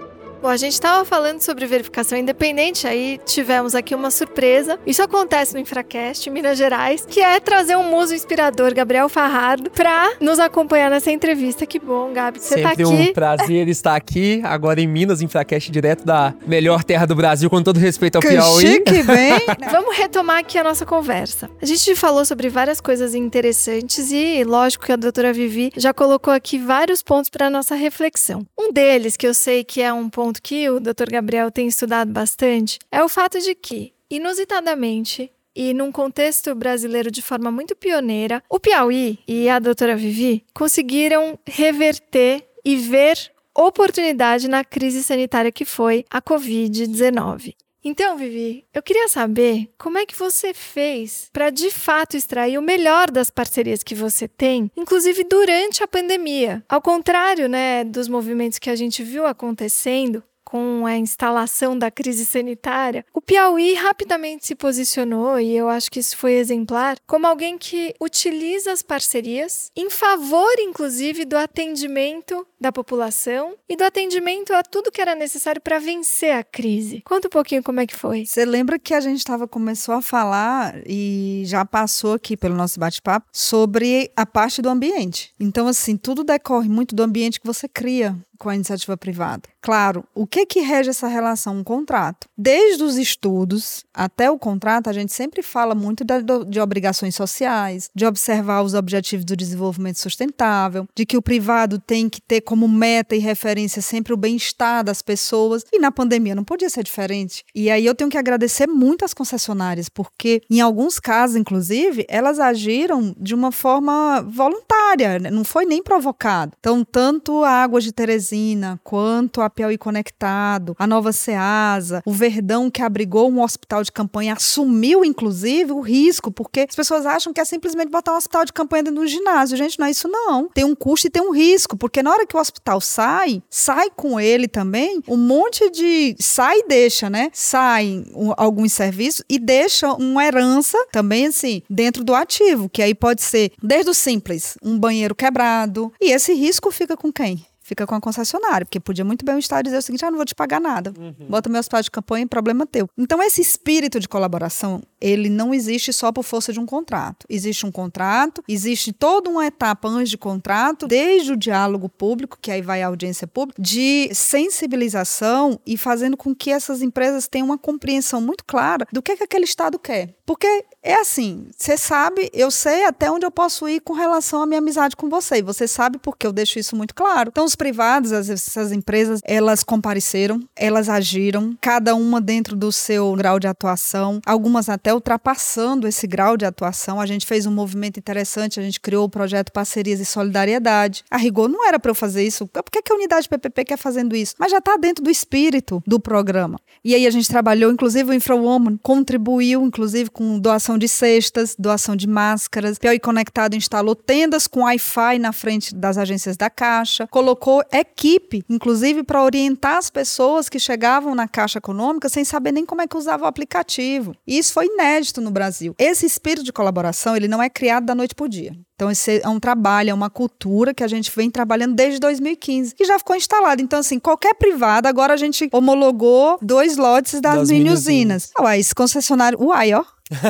Bom, a gente estava falando sobre verificação independente, aí tivemos aqui uma surpresa. Isso acontece no Infracast, em Minas Gerais, que é trazer um muso inspirador, Gabriel Farrardo, para nos acompanhar nessa entrevista. Que bom, Gabi, você tá aqui. Sempre um prazer estar aqui, agora em Minas, Infracast, direto da melhor terra do Brasil, com todo respeito ao Piauí. Chique, bem. Vamos retomar aqui a nossa conversa. A gente falou sobre várias coisas interessantes e, lógico, que a doutora Vivi já colocou aqui vários pontos para nossa reflexão. Um deles, que eu sei que é um ponto que o Dr. Gabriel tem estudado bastante, é o fato de que, inusitadamente, e num contexto brasileiro de forma muito pioneira, o Piauí e a doutora Vivi conseguiram reverter e ver oportunidade na crise sanitária que foi a Covid-19. Então, Vivi, eu queria saber como é que você fez para, de fato, extrair o melhor das parcerias que você tem, inclusive durante a pandemia. Ao contrário, né, dos movimentos que a gente viu acontecendo com a instalação da crise sanitária, o Piauí rapidamente se posicionou, e eu acho que isso foi exemplar, como alguém que utiliza as parcerias em favor, inclusive, do atendimento da população e do atendimento a tudo que era necessário para vencer a crise. Conta um pouquinho como é que foi. Você lembra que a gente começou a falar e já passou aqui pelo nosso bate-papo sobre a parte do ambiente. Então, assim, tudo decorre muito do ambiente que você cria com a iniciativa privada. Claro, o que rege essa relação? Um contrato. Desde os estudos até o contrato, a gente sempre fala muito de obrigações sociais, de observar os objetivos do desenvolvimento sustentável, de que o privado tem que ter como meta e referência sempre o bem-estar das pessoas. E na pandemia não podia ser diferente. E aí eu tenho que agradecer muito às concessionárias, porque em alguns casos, inclusive, elas agiram de uma forma voluntária, não foi nem provocado. Então, tanto a Águas de Teresina, quanto a Piauí Conectado, a Nova Ceasa, o Verdão, que abrigou um hospital de campanha, assumiu, inclusive, o risco, porque as pessoas acham que é simplesmente botar um hospital de campanha dentro de um ginásio. Gente, não é isso não. Tem um custo e tem um risco, porque na hora que o hospital sai com ele também um monte de... Sai e deixa, né? Saem alguns serviços e deixa uma herança também, assim, dentro do ativo, que aí pode ser, desde o simples, um banheiro quebrado. E esse risco fica com quem? Fica com a concessionária, porque podia muito bem o Estado dizer o seguinte: não vou te pagar nada, bota meu hospital de campanha, problema teu. Então esse espírito de colaboração, ele não existe só por força de um contrato. Existe um contrato, existe toda uma etapa antes de contrato, desde o diálogo público, que aí vai a audiência pública, de sensibilização e fazendo com que essas empresas tenham uma compreensão muito clara do que aquele Estado quer. Porque é assim, você sabe, eu sei até onde eu posso ir com relação à minha amizade com você, e você sabe porque eu deixo isso muito claro. Então, os privados, essas empresas, elas compareceram, elas agiram, cada uma dentro do seu grau de atuação, algumas até ultrapassando esse grau de atuação. A gente fez um movimento interessante, a gente criou o projeto Parcerias e Solidariedade. A rigor, não era para eu fazer isso. Por que a unidade PPP quer fazendo isso? Mas já está dentro do espírito do programa. E aí a gente trabalhou, inclusive o InfraWoman contribuiu, inclusive, com doação de cestas, doação de máscaras. Piauí Conectado instalou tendas com Wi-Fi na frente das agências da Caixa, colocou equipe, inclusive, para orientar as pessoas que chegavam na Caixa Econômica sem saber nem como é que usava o aplicativo. E isso foi inédito no Brasil. Esse espírito de colaboração, ele não é criado da noite para o dia. Então, esse é um trabalho, é uma cultura que a gente vem trabalhando desde 2015, que já ficou instalado. Então, assim, qualquer privada, agora a gente homologou 2 lotes das mini-usinas. Uai, esse concessionário, ó.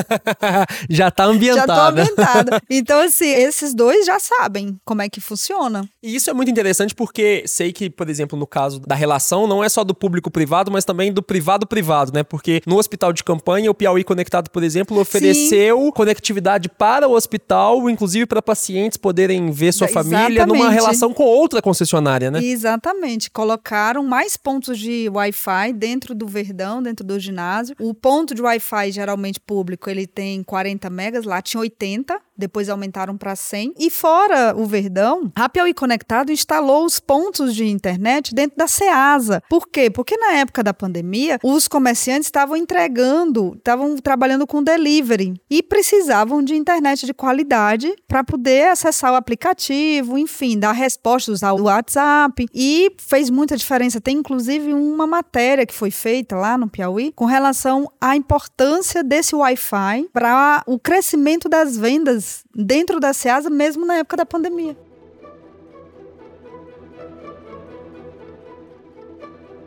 Já tá ambientada. Já tô ambientada. Então, assim, esses 2 já sabem como é que funciona. E isso é muito interessante porque sei que, por exemplo, no caso da relação, não é só do público-privado, mas também do privado-privado, né? Porque no hospital de campanha, o Piauí Conectado, por exemplo, ofereceu conectividade para o hospital, inclusive para pacientes poderem ver sua família numa relação com outra concessionária, né? Exatamente. Colocaram mais pontos de Wi-Fi dentro do Verdão, dentro do ginásio. O ponto de Wi-Fi, geralmente público, ele tem 40 megas, lá tinha 80, depois aumentaram para 100. E fora o Verdão, a Piauí Conectado instalou os pontos de internet dentro da Ceasa. Por quê? Porque na época da pandemia, os comerciantes estavam trabalhando com delivery e precisavam de internet de qualidade para poder acessar o aplicativo, enfim, dar respostas ao WhatsApp. E fez muita diferença. Tem, inclusive, uma matéria que foi feita lá no Piauí com relação à importância desse Wi-Fi para o crescimento das vendas dentro da Ceasa, mesmo na época da pandemia.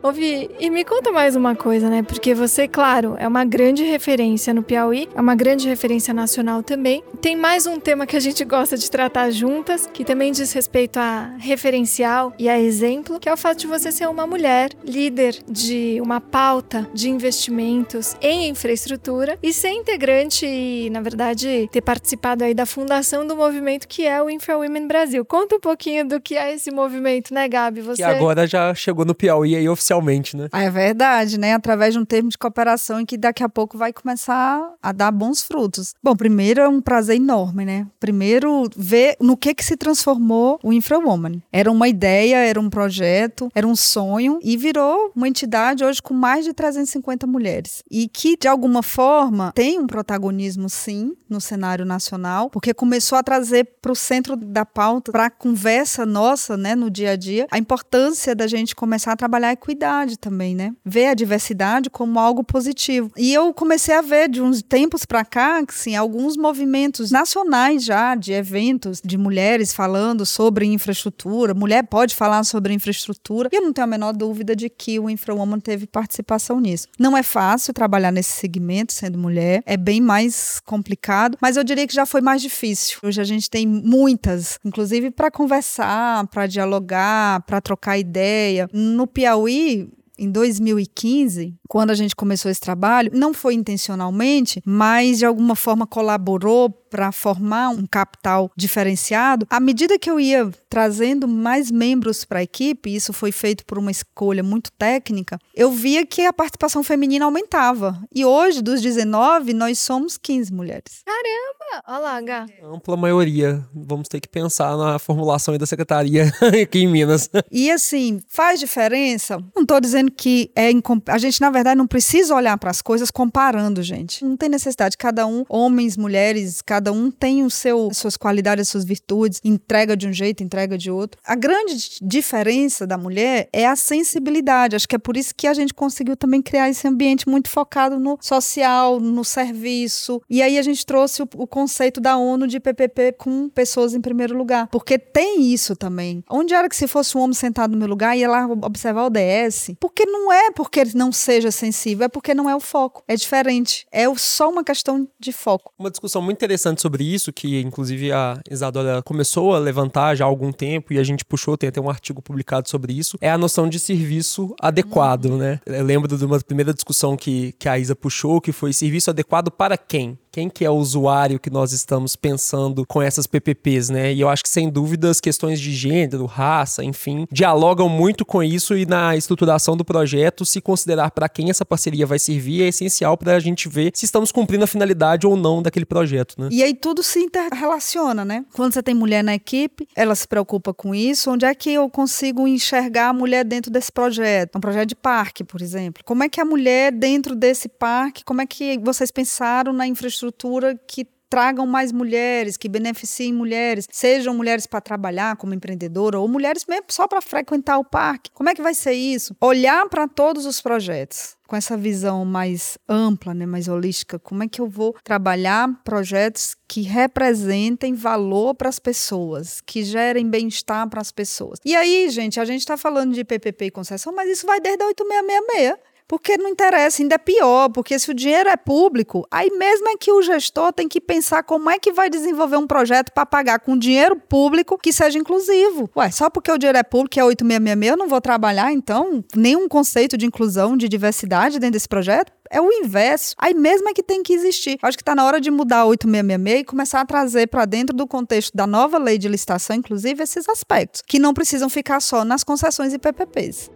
Vi, e me conta mais uma coisa, né? Porque você, claro, é uma grande referência no Piauí, é uma grande referência nacional também. Tem mais um tema que a gente gosta de tratar juntas, que também diz respeito a referencial e a exemplo, que é o fato de você ser uma mulher líder de uma pauta de investimentos em infraestrutura e ser integrante e, na verdade, ter participado aí da fundação do movimento que é o InfraWomen Brasil. Conta um pouquinho do que é esse movimento, né, Gabi? Que agora já chegou no Piauí aí oficialmente, né? É verdade, né? Através de um termo de cooperação em que daqui a pouco vai começar a dar bons frutos. Bom, primeiro é um prazer enorme, né? Primeiro, ver no que se transformou o InfraWomen. Era uma ideia, era um projeto, era um sonho e virou uma entidade hoje com mais de 350 mulheres. E que, de alguma forma, tem um protagonismo, sim, no cenário nacional, porque começou a trazer para o centro da pauta, para a conversa nossa, né, no dia a dia, a importância da gente começar a trabalhar a equidade também, né? Ver a diversidade como algo positivo. E eu comecei a ver, de uns tempos para cá, assim, alguns movimentos nacionais já, de eventos de mulheres falando sobre infraestrutura. Mulher pode falar sobre infraestrutura. E eu não tenho a menor dúvida de que o InfraWomen teve participação nisso. Não é fácil trabalhar nesse segmento sendo mulher, é bem mais complicado, mas eu diria que já foi mais difícil. Hoje a gente tem muitas, inclusive para conversar, para dialogar, para trocar ideia. No Piauí, em 2015, quando a gente começou esse trabalho, não foi intencionalmente, mas de alguma forma colaborou para formar um capital diferenciado. À medida que eu ia trazendo mais membros para a equipe, isso foi feito por uma escolha muito técnica, eu via que a participação feminina aumentava. E hoje, dos 19, nós somos 15 mulheres. Caramba! Olha lá, Gá. Ampla maioria. Vamos ter que pensar na formulação aí da secretaria aqui em Minas. E assim, faz diferença? Não estou dizendo que a gente, na verdade, não precisa olhar para as coisas comparando, gente. Não tem necessidade. Cada um, homens, mulheres, cada um tem as suas qualidades, as suas virtudes, entrega de um jeito, entrega de outro. A grande diferença da mulher é a sensibilidade. Acho que é por isso que a gente conseguiu também criar esse ambiente muito focado no social, no serviço. E aí a gente trouxe o conceito da ONU de PPP com pessoas em primeiro lugar. Porque tem isso também. Onde era que se fosse um homem sentado no meu lugar, ia lá observar o ODS? Porque não é porque ele não seja sensível, é porque não é o foco. É diferente. É só uma questão de foco. Uma discussão muito interessante sobre isso, que inclusive a Isadora começou a levantar já há algum tempo e a gente puxou, tem até um artigo publicado sobre isso, é a noção de serviço adequado, né? Eu lembro de uma primeira discussão que a Isa puxou, que foi serviço adequado para quem? Quem que é o usuário que nós estamos pensando com essas PPPs, né? E eu acho que, sem dúvida, as questões de gênero, raça, enfim, dialogam muito com isso e na estruturação do projeto, se considerar para quem essa parceria vai servir é essencial para a gente ver se estamos cumprindo a finalidade ou não daquele projeto, né? E aí tudo se interrelaciona, né? Quando você tem mulher na equipe, ela se preocupa com isso. Onde é que eu consigo enxergar a mulher dentro desse projeto? Um projeto de parque, por exemplo. Como é que a mulher dentro desse parque, como é que vocês pensaram na infraestrutura que tragam mais mulheres, que beneficiem mulheres, sejam mulheres para trabalhar como empreendedora ou mulheres mesmo só para frequentar o parque. Como é que vai ser isso? Olhar para todos os projetos com essa visão mais ampla, né, mais holística. Como é que eu vou trabalhar projetos que representem valor para as pessoas, que gerem bem-estar para as pessoas? E aí, gente, a gente está falando de PPP e concessão, mas isso vai desde a 8666. Porque não interessa, ainda é pior, porque se o dinheiro é público, aí mesmo é que o gestor tem que pensar como é que vai desenvolver um projeto para pagar com dinheiro público que seja inclusivo. Ué, só porque o dinheiro é público, que é 8666, eu não vou trabalhar, então, nenhum conceito de inclusão, de diversidade dentro desse projeto? É o inverso. Aí mesmo é que tem que existir. Acho que está na hora de mudar a 8666 e começar a trazer para dentro do contexto da nova lei de licitação, inclusive, esses aspectos, que não precisam ficar só nas concessões e PPPs.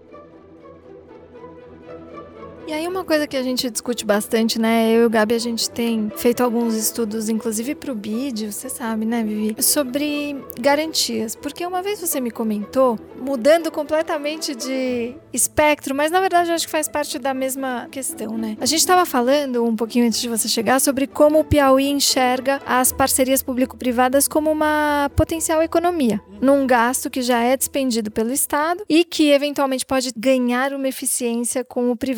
E aí uma coisa que a gente discute bastante, né? Eu e o Gabi, a gente tem feito alguns estudos, inclusive pro BID, você sabe, né, Vivi? Sobre garantias. Porque uma vez você me comentou, mudando completamente de espectro, mas na verdade eu acho que faz parte da mesma questão, né? A gente estava falando um pouquinho antes de você chegar sobre como o Piauí enxerga as parcerias público-privadas como uma potencial economia, num gasto que já é despendido pelo Estado e que eventualmente pode ganhar uma eficiência com o privado.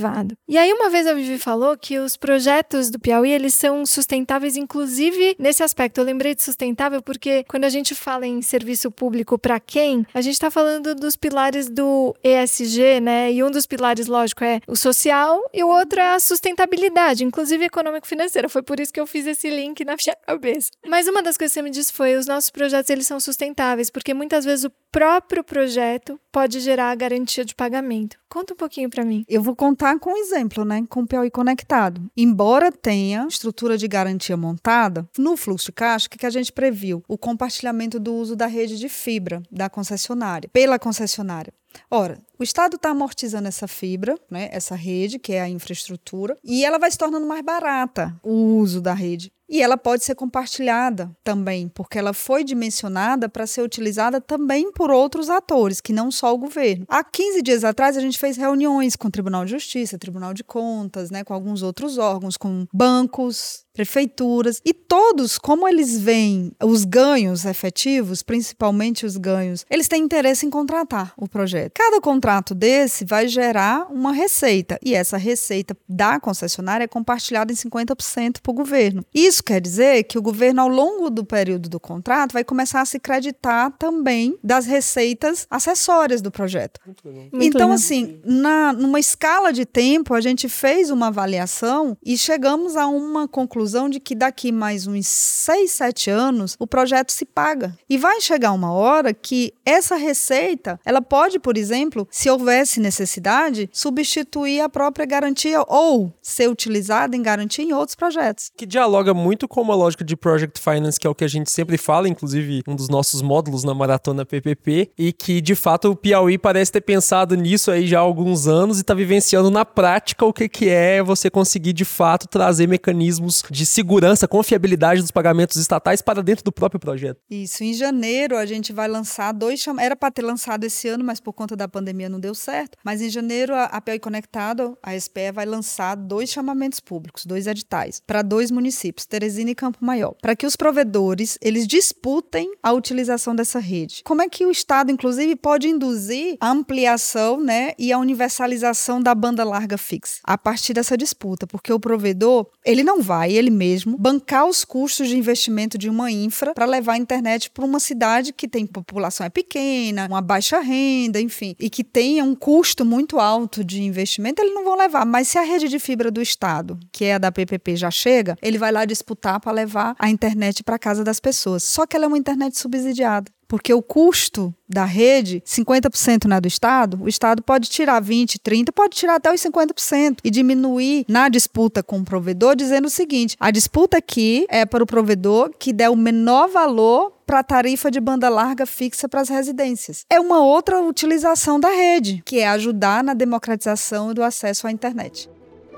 E aí uma vez a Vivi falou que os projetos do Piauí, eles são sustentáveis, inclusive nesse aspecto. Eu lembrei de sustentável porque quando a gente fala em serviço público para quem, a gente está falando dos pilares do ESG, né? E um dos pilares, lógico, é o social e o outro é a sustentabilidade, inclusive econômico-financeira. Foi por isso que eu fiz esse link na minha cabeça. Mas uma das coisas que você me disse foi os nossos projetos, eles são sustentáveis, porque muitas vezes o próprio projeto pode gerar a garantia de pagamento. Conta um pouquinho para mim. Eu vou contar com um exemplo, né? Com o Piauí Conectado. Embora tenha estrutura de garantia montada, no fluxo de caixa, o que a gente previu? O compartilhamento do uso da rede de fibra da concessionária, pela concessionária. Ora, o Estado está amortizando essa fibra, né, essa rede, que é a infraestrutura, e ela vai se tornando mais barata, o uso da rede. E ela pode ser compartilhada também, porque ela foi dimensionada para ser utilizada também por outros atores, que não só o governo. Há 15 dias atrás, a gente fez reuniões com o Tribunal de Justiça, Tribunal de Contas, né, com alguns outros órgãos, com bancos, prefeituras, e todos, como eles veem os ganhos efetivos, principalmente os ganhos, eles têm interesse em contratar o projeto. Cada contrato desse vai gerar uma receita, e essa receita da concessionária é compartilhada em 50% para o governo. Isso quer dizer que o governo, ao longo do período do contrato, vai começar a se creditar também das receitas acessórias do projeto. Então, assim, numa escala de tempo, a gente fez uma avaliação e chegamos a uma conclusão de que daqui mais uns 6, 7 anos, o projeto se paga. E vai chegar uma hora que essa receita, ela pode, por exemplo, se houvesse necessidade, substituir a própria garantia ou ser utilizada em garantia em outros projetos. Que dialoga muito com uma lógica de Project Finance, que é o que a gente sempre fala, inclusive um dos nossos módulos na Maratona PPP, e que, de fato, o Piauí parece ter pensado nisso aí já há alguns anos e está vivenciando na prática o que é você conseguir, de fato, trazer mecanismos de segurança, confiabilidade dos pagamentos estatais para dentro do próprio projeto. Isso, em janeiro a gente vai lançar era para ter lançado esse ano, mas por conta da pandemia não deu certo, mas em janeiro a Piauí Conectado, a SPE, vai lançar 2 chamamentos públicos, 2 editais, para 2 municípios, Teresina e Campo Maior, para que os provedores, eles disputem a utilização dessa rede. Como é que o Estado, inclusive, pode induzir a ampliação, né, e a universalização da banda larga fixa a partir dessa disputa? Porque o provedor, ele não vai, ele mesmo, bancar os custos de investimento de uma infra para levar a internet para uma cidade que tem população pequena, uma baixa renda, enfim, e que tenha um custo muito alto de investimento, eles não vão levar. Mas se a rede de fibra do Estado, que é a da PPP, já chega, ele vai lá disputar para levar a internet para casa das pessoas. Só que ela é uma internet subsidiada. Porque o custo da rede, 50% não é do Estado, o Estado pode tirar 20%, 30%, pode tirar até os 50% e diminuir na disputa com o provedor, dizendo o seguinte: a disputa aqui é para o provedor que der o menor valor para a tarifa de banda larga fixa para as residências. É uma outra utilização da rede, que é ajudar na democratização do acesso à internet.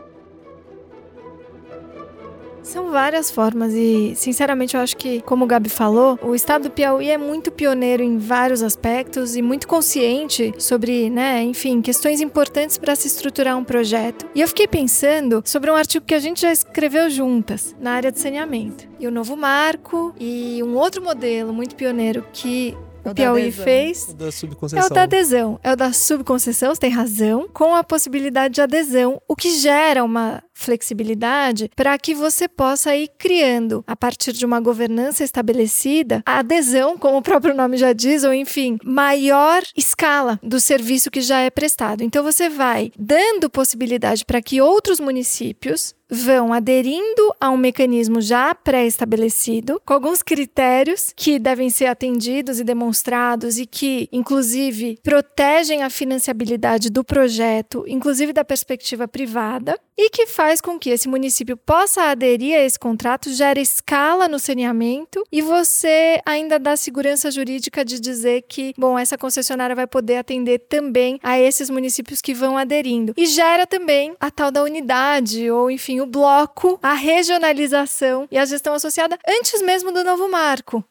São várias formas e, sinceramente, eu acho que, como o Gabi falou, o estado do Piauí é muito pioneiro em vários aspectos e muito consciente sobre, né, enfim, questões importantes para se estruturar um projeto. E eu fiquei pensando sobre um artigo que a gente já escreveu juntas, na área de saneamento. E o novo marco e um outro modelo muito pioneiro que o Piauí fez é o da adesão. É o da subconcessão, você tem razão, com a possibilidade de adesão, o que gera uma flexibilidade para que você possa ir criando, a partir de uma governança estabelecida, a adesão, como o próprio nome já diz, ou enfim, maior escala do serviço que já é prestado. Então você vai dando possibilidade para que outros municípios vão aderindo a um mecanismo já pré-estabelecido, com alguns critérios que devem ser atendidos e demonstrados e que, inclusive, protegem a financiabilidade do projeto, inclusive da perspectiva privada, e que faz com que esse município possa aderir a esse contrato, gere escala no saneamento e você ainda dá segurança jurídica de dizer que, bom, essa concessionária vai poder atender também a esses municípios que vão aderindo. E gera também a tal da unidade, ou enfim, o bloco, a regionalização e a gestão associada antes mesmo do novo marco,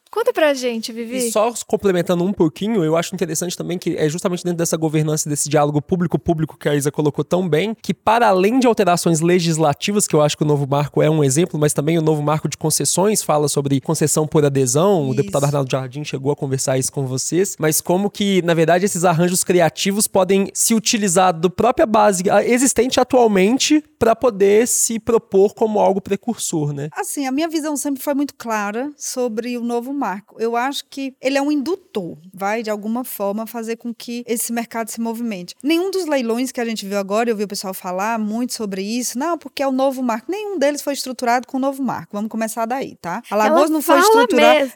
Conta pra gente, Vivi. E só complementando um pouquinho, eu acho interessante também que é justamente dentro dessa governança, desse diálogo público-público que a Isa colocou tão bem, que para além de alterações legislativas, que eu acho que o novo marco é um exemplo, mas também o novo marco de concessões fala sobre concessão por adesão. Isso. O deputado Arnaldo Jardim chegou a conversar isso com vocês, mas como que, na verdade, esses arranjos criativos podem se utilizar da própria base existente atualmente para poder se propor como algo precursor, né? Assim, a minha visão sempre foi muito clara sobre o novo marco. Eu acho que ele é um indutor, vai, de alguma forma, fazer com que esse mercado se movimente. Nenhum dos leilões que a gente viu agora, eu vi o pessoal falar muito sobre isso, não, porque é o novo marco. Nenhum deles foi estruturado com o novo marco. Vamos começar daí, tá? Alagoas não foi estruturado.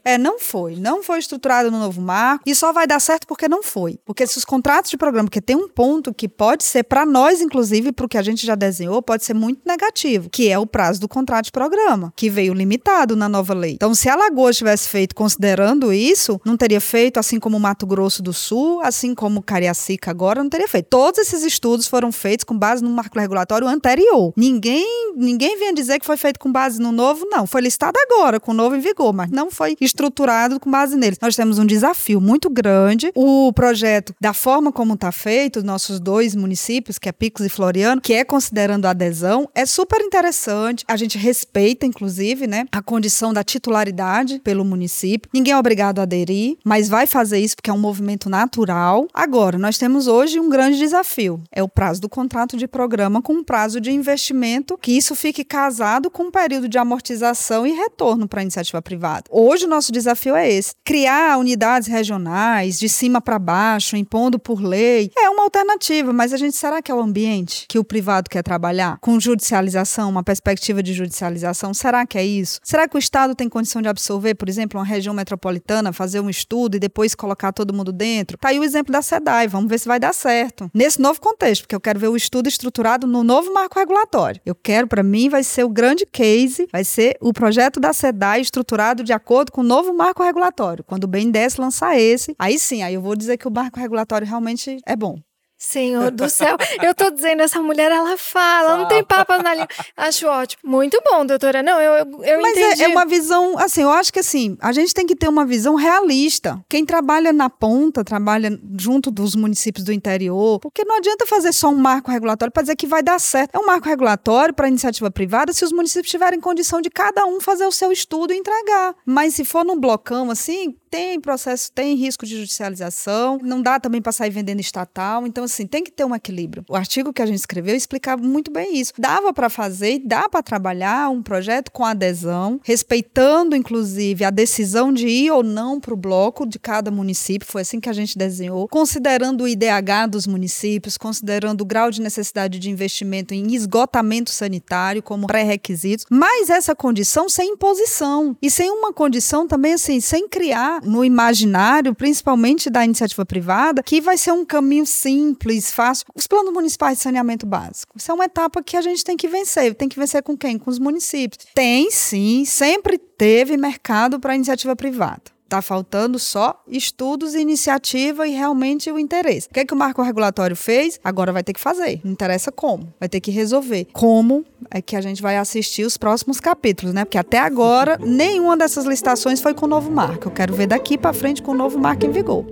Não foi estruturado no novo marco e só vai dar certo porque não foi. Porque se os contratos de programa, porque tem um ponto que pode ser, para nós, inclusive, pro que a gente já desenhou, pode ser muito negativo, que é o prazo do contrato de programa, que veio limitado na nova lei. Então, se Alagoas tivesse feito considerando isso, não teria feito, assim como Mato Grosso do Sul, assim como Cariacica agora, não teria feito. Todos esses estudos foram feitos com base no marco regulatório anterior. Ninguém vinha dizer que foi feito com base no novo, não. Foi listado agora, com o novo em vigor, mas não foi estruturado com base neles. Nós temos um desafio muito grande. O projeto, da forma como está feito, os nossos 2 municípios, que é Picos e Floriano, que é considerando a adesão, é super interessante. A gente respeita, inclusive, né, a condição da titularidade pelo município. Ninguém é obrigado a aderir, mas vai fazer isso porque é um movimento natural. Agora, nós temos hoje um grande desafio. É o prazo do contrato de programa com um prazo de investimento, que isso fique casado com um período de amortização e retorno para a iniciativa privada. Hoje o nosso desafio é esse. Criar unidades regionais, de cima para baixo, impondo por lei, é uma alternativa, mas será que é o ambiente que o privado quer trabalhar? Com judicialização, uma perspectiva de judicialização, será que é isso? Será que o Estado tem condição de absorver, por exemplo, uma região metropolitana, fazer um estudo e depois colocar todo mundo dentro? Tá aí o exemplo da SEDAI, vamos ver se vai dar certo. Nesse novo contexto, porque eu quero ver o estudo estruturado no novo marco regulatório. Eu quero, para mim, vai ser o grande case, vai ser o projeto da SEDAI estruturado de acordo com o novo marco regulatório. Quando o BNDES lançar esse, aí sim, aí eu vou dizer que o marco regulatório realmente é bom. Senhor do céu, eu tô dizendo, essa mulher, ela fala, não tem papas na língua. Acho ótimo. Muito bom, doutora. Não, eu Mas entendi. É uma visão, assim, eu acho que assim, a gente tem que ter uma visão realista. Quem trabalha na ponta, trabalha junto dos municípios do interior, porque não adianta fazer só um marco regulatório para dizer que vai dar certo. É um marco regulatório para iniciativa privada se os municípios tiverem condição de cada um fazer o seu estudo e entregar. Mas se for num blocão, assim, tem processo, tem risco de judicialização, não dá também para sair vendendo estatal, então assim, tem que ter um equilíbrio. O artigo que a gente escreveu explicava muito bem isso. Dava para fazer e dá para trabalhar um projeto com adesão, respeitando inclusive a decisão de ir ou não para o bloco de cada município, foi assim que a gente desenhou, considerando o IDH dos municípios, considerando o grau de necessidade de investimento em esgotamento sanitário como pré-requisitos, mas essa condição sem imposição e sem uma condição também assim, sem criar no imaginário, principalmente da iniciativa privada, que vai ser um caminho simples, fácil. Os planos municipais de saneamento básico. Isso é uma etapa que a gente tem que vencer. Tem que vencer com quem? Com os municípios. Tem, sim, sempre teve mercado para a iniciativa privada. Está faltando só estudos, iniciativa e realmente o interesse. O que é que o marco regulatório fez? Agora vai ter que fazer. Não interessa como. Vai ter que resolver. Como é que a gente vai assistir os próximos capítulos, né? Porque até agora, nenhuma dessas licitações foi com o novo marco. Eu quero ver daqui para frente com o novo marco em vigor.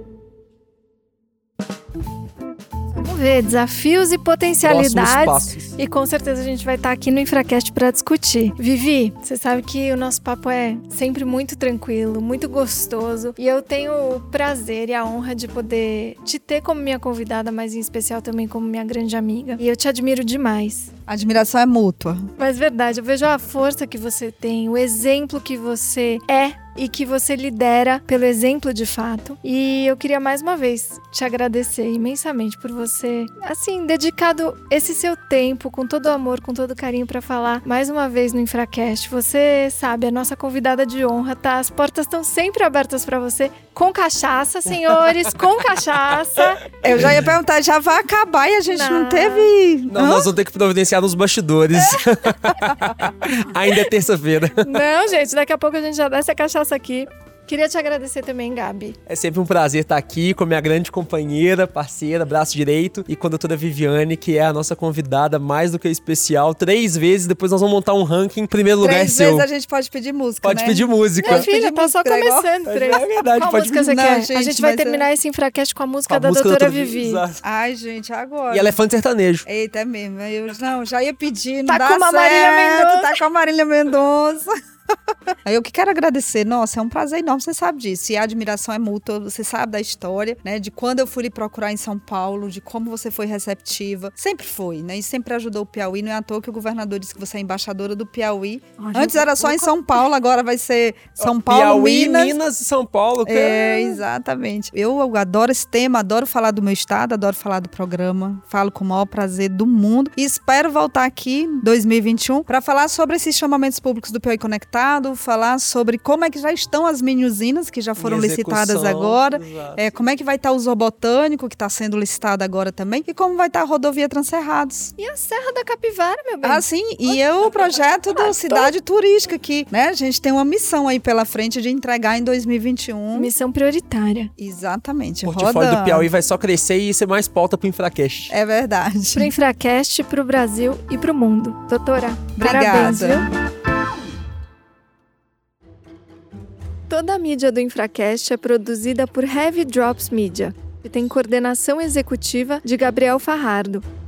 Vamos ver, desafios e potencialidades. E com certeza a gente vai estar aqui no Infracast para discutir. Vivi, você sabe que o nosso papo é sempre muito tranquilo, muito gostoso. E eu tenho o prazer e a honra de poder te ter como minha convidada, mas em especial também como minha grande amiga. E eu te admiro demais. A admiração é mútua. Mas verdade, eu vejo a força que você tem, o exemplo que você é e que você lidera pelo exemplo de fato. E eu queria mais uma vez te agradecer imensamente por você, assim, dedicado esse seu tempo com todo o amor, com todo o carinho para falar mais uma vez no Infracast. Você sabe, a nossa convidada de honra, tá? As portas estão sempre abertas para você, com cachaça, senhores, com cachaça. Eu já ia perguntar, já vai acabar e a gente não teve... Não, nós vamos ter que providenciar nos bastidores. Ainda é terça-feira. Não, gente, daqui a pouco a gente já desce a cachaça aqui. Queria te agradecer também, Gabi. É sempre um prazer estar aqui com a minha grande companheira, parceira, braço direito, e com a doutora Viviane, que é a nossa convidada mais do que especial. 3 vezes, depois nós vamos montar um ranking. Em primeiro lugar é 3 seu. vezes a gente pode pedir música, Pode né? pedir música. Minha filha, tá só começando. É verdade, Qual pode música você Não, quer? gente, A gente vai mas terminar esse Infracast com a música A da música doutora doutora Vivi. Exato. Ai, gente, agora. E elefante sertanejo. Eita, é mesmo. Eu não, já ia pedir, não Tá dá com uma certo. Marília Mendonça. Tá com a Marília Mendonça. Eu que quero agradecer, nossa, é um prazer enorme, você sabe disso, e a admiração é mútua, você sabe da história, né, de quando eu fui lhe procurar em São Paulo, de como você foi receptiva, sempre foi, né, e sempre ajudou o Piauí, não é à toa que o governador disse que você é embaixadora do Piauí. Antes era só em São Paulo, agora vai ser São Paulo, Piauí, Minas e São Paulo. É, exatamente. Eu adoro esse tema, adoro falar do meu estado, adoro falar do programa, falo com o maior prazer do mundo e espero voltar aqui em 2021 para falar sobre esses chamamentos públicos do Piauí Conectado, falar sobre como é que já estão as mini-usinas que já foram licitadas agora, como é que vai estar o zoobotânico que está sendo licitado agora também e como vai estar a rodovia Transcerrados. E a Serra da Capivara, meu bem? Ah, sim, e o projeto da cidade turística que, né, a gente tem uma missão aí pela frente de entregar em 2021. Missão prioritária. Exatamente. O portfólio do Piauí vai só crescer e ser mais pauta pro Infracast. É verdade. Pro Infracast, pro Brasil e pro mundo. Doutora, Obrigada. parabéns, viu? Toda a mídia do Infracast é produzida por Heavy Drops Media e tem coordenação executiva de Gabriel Farrardo.